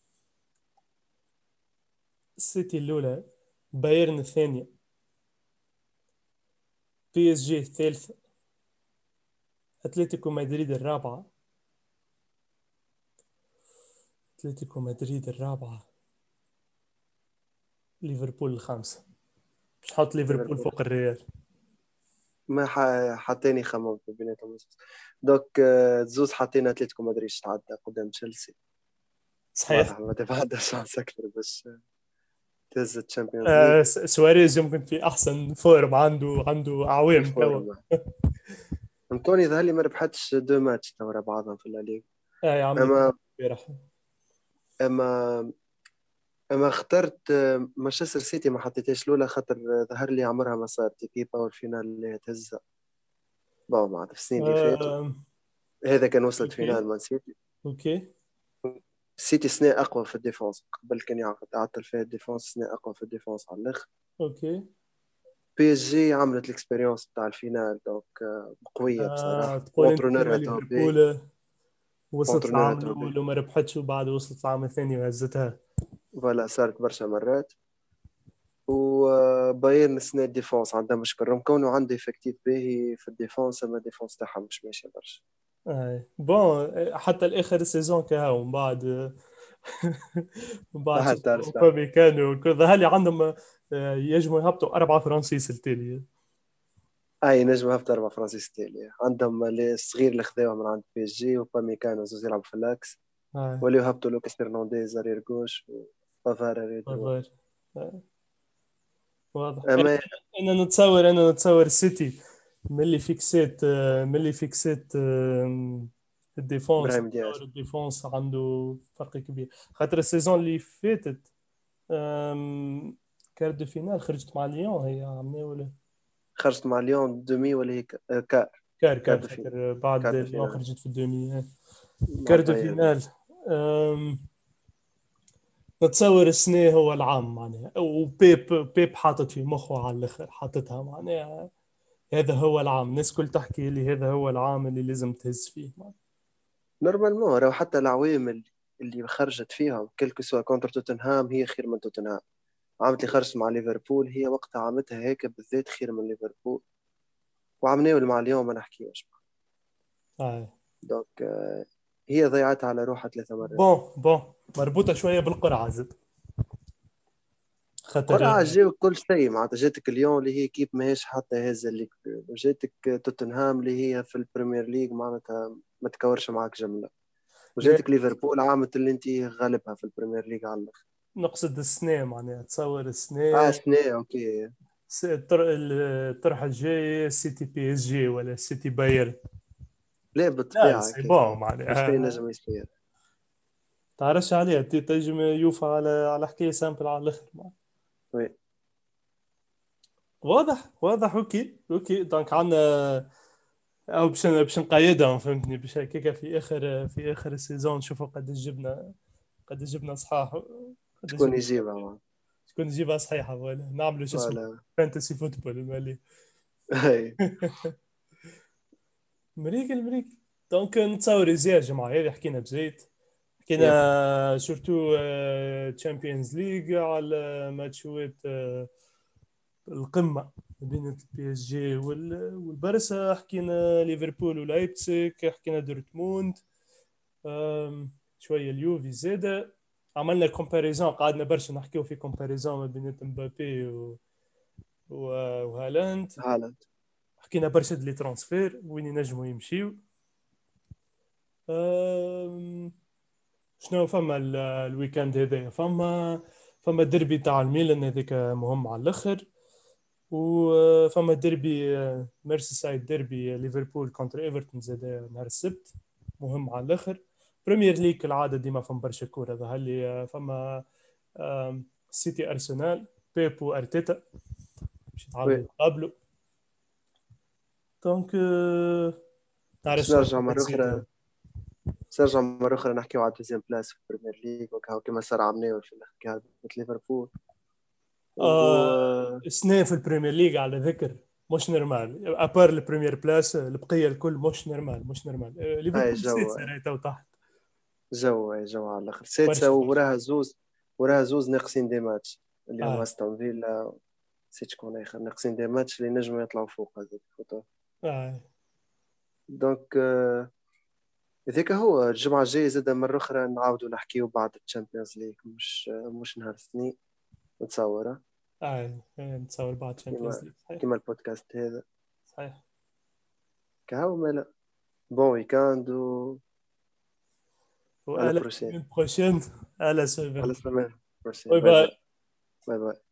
السيتي الأولى. بايرن الثانية. بي اس جي الثالثة. أتلتيكو مدريد الرابعة. أتلتيكو مدريد الرابعة. ليفربول الخامسة. مش حاط ليفربول ليفربول. فوق الريال. ما حطيني خمم بيناتهم. دوك زوز حاطين اتلتيكو مدريد تعدى قدام تشيلسي. صحيح. واضح ما بعد شانس اكثر باش تهز الشامبيونز ليج. سواريز يمكن في احسن فورم، عنده في اعوام توا. الفورم انطوني ظهر لي ما ربحتش دو ماتش تو ورا بعضهم في الليغ. اه يا عمي اما امبارح. اما اما اخترت مانشستر سيتي ما حطيتهاش الاولى خاطر ظهر لي عمرها ما صارت كيبا والفينال اللي تهزها بابا ما في السنين اللي فاتوا. آه. هذا كان وصلت اوكي. فينال مان سيتي. اوكي. السيتي سنة أقوى في الديفونس قبل كان يعطل فيها الديفونس سنة أقوى في الديفونس على الآخر. اوكي. بي اس جي عملت الاكسبيريونس بتاع الفينال دونك قوية بصراحة تقول انت كما وانترونيرها توبي. ليفربول وصلت وانترونيرها العام توبي الاول وما ربحتش، وبعد وصلت العام الثاني وهزتها. فوالا صارت برشا مرات. وبايرن السنة الديفونس عندها مشكل رغم كونه عنده افكتيف باهي في الديفونس اما الديفونس تاعها مش ماشية برشا. بون حتى الاخر السيزون كهو من بعد. من بعد شو بعد اسمه ترجع. فابي كانوا ظهر لي عندهم يجموا يهبطوا اربعه فرنسيس التالي. اي نجم هفت اربع فرنسيس تالي عندهم الصغير اللي خذاوه من عند بي اس جي وبامي كانوا زوز يلعبوا في الاكس. هاي. وليو هبطوا لوكاس هرنانديز ارير جوش وبافارا رير دروا. بافار. واضح. اما انا نتصور السيتي من اللي فيكسات الديفونس. ابراهيم دياز. نتصور الديفونس عنده فرق كبير، خاطر السيزون اللي فاتت كارت دو فينال خرجت مع ليون هي عمي ولا خرجت مع ليون دومي ولا هيك كار. كار دو فينال. خاطر بعد كار دو ليون فينال خرجت في الدومي. مع كارت دو البايرن. فينال. أم، نتصور السنة هو العام معناها، وبيب حاطط في مخه على الاخر حاططها معناها هذا هو العام، الناس كل تحكي لي هذا هو العام اللي لازم تهز فيه. نورمالمون راهو حتى العوامل اللي خرجت فيهم كلكو سوا كونتر توتنهام هي خير من توتنهام. عامت اللي خرجت مع ليفربول هي وقتها عامتها هيك بالذات خير من ليفربول. وعملنا مع اليوم ما نحكيوش. آه. دونك هي ضيعتها على روحها 3 مرات. بون مربوطة شوية بالقرعة زد، خاطر قرعة جاو كل شيء معناتها جاتك اليوم اللي هي كيف ماهيش حتى هزة الليج، وجاتك توتنهام اللي هي في البريمير ليج معناتها ما تكورش معاك جملة، وجاتك ليفربول عامة اللي انت غالبها في البريمير ليج على الاخر. نقصد السنة، معناها تصور اه السنة. سنة اوكي. الطرح الجاي سيتي بي اس جي ولا سيتي بايرن. لا لا بالطبيعة سي اكيد بون كل شيء معناها نجم يصير. تعرفش عليها، تنجم يوفى على حكاية سامبل على الآخر وي. واضح واضح. اوكي اوكي، دونك عندنا او باش نقيدهم فهمتني، باش هكاك في اخر السيزون نشوفوا قد جبنا صحاح، قد شكون جبنا يجيبها معاه. شكون نجيبها صحيحه، ولا نعملوا شو اسمه ولا فانتسي فوتبول المالي. هاي. مريك. دونك نتصور زياد جماعه هذه حكينا بزيت، يب حكينا سورتو تشامبيونز ليج على ماتشوات القمه بين البي اس جي والبارسا، حكينا ليفربول ولايبزيغ، حكينا دورتموند، شويه اليوفي زاده، عملنا كومباريزون، قعدنا برشا نحكيو في كومباريزون ما بين مبابي وهالاند، هالاند. حكينا برشا لي ترانسفير وين ينجموا يمشيو. أم، شنو فما الويكاند هذا، فما الديربي تاع الميلان هذاك مهم على الاخر، وفما ديربي ميرسي سايد ديربي ليفربول كونتر ايفرتون زاد نهار السبت مهم على الاخر. بريمير ليج العاده ديما فما برشا كوره، ظهر لي فما سيتي ارسنال، بيبو ارتيتا باش وي يتعاودوا يتقابلوا. دونك تعرف باش شنو نرجع تحب مرة تزيد. أخرى. باش نرجع مرة أخرى نحكيو على الدوزيام بلاس في البريمير ليج وكاو كيما صار عملنا في الآخر كان مثل ليفربول و السنة في البريمير ليج على ذكر مش نورمال، ابار البريمير بلاس البقيه الكل مش نورمال هاي ليفربول جو. السادسه راهي تو تحت جو على الآخر سادسة، برشا. وراها زوز ناقصين دي ماتش اللي هم اه استون فيلا. نسيت شكون آخر ناقصين دي ماتش اللي نجموا يطلعوا فوق هذيك الخطوة. اه دونك هذاك هو الجمعة الجاية زاد مرة أخرى نعاودوا نحكيو بعد الشامبيونز ليج، مش نهار الاثنين نتصور. نتصور بعد كيما تشامبيونز ليج. صحيح كيما البودكاست هذا صحيح. كهو مالا. بون ويكاند على وآلا بروشين. السيمين بروشين، آلا على سوفن. السلامة بروشين. باي باي باي. باي. باي باي.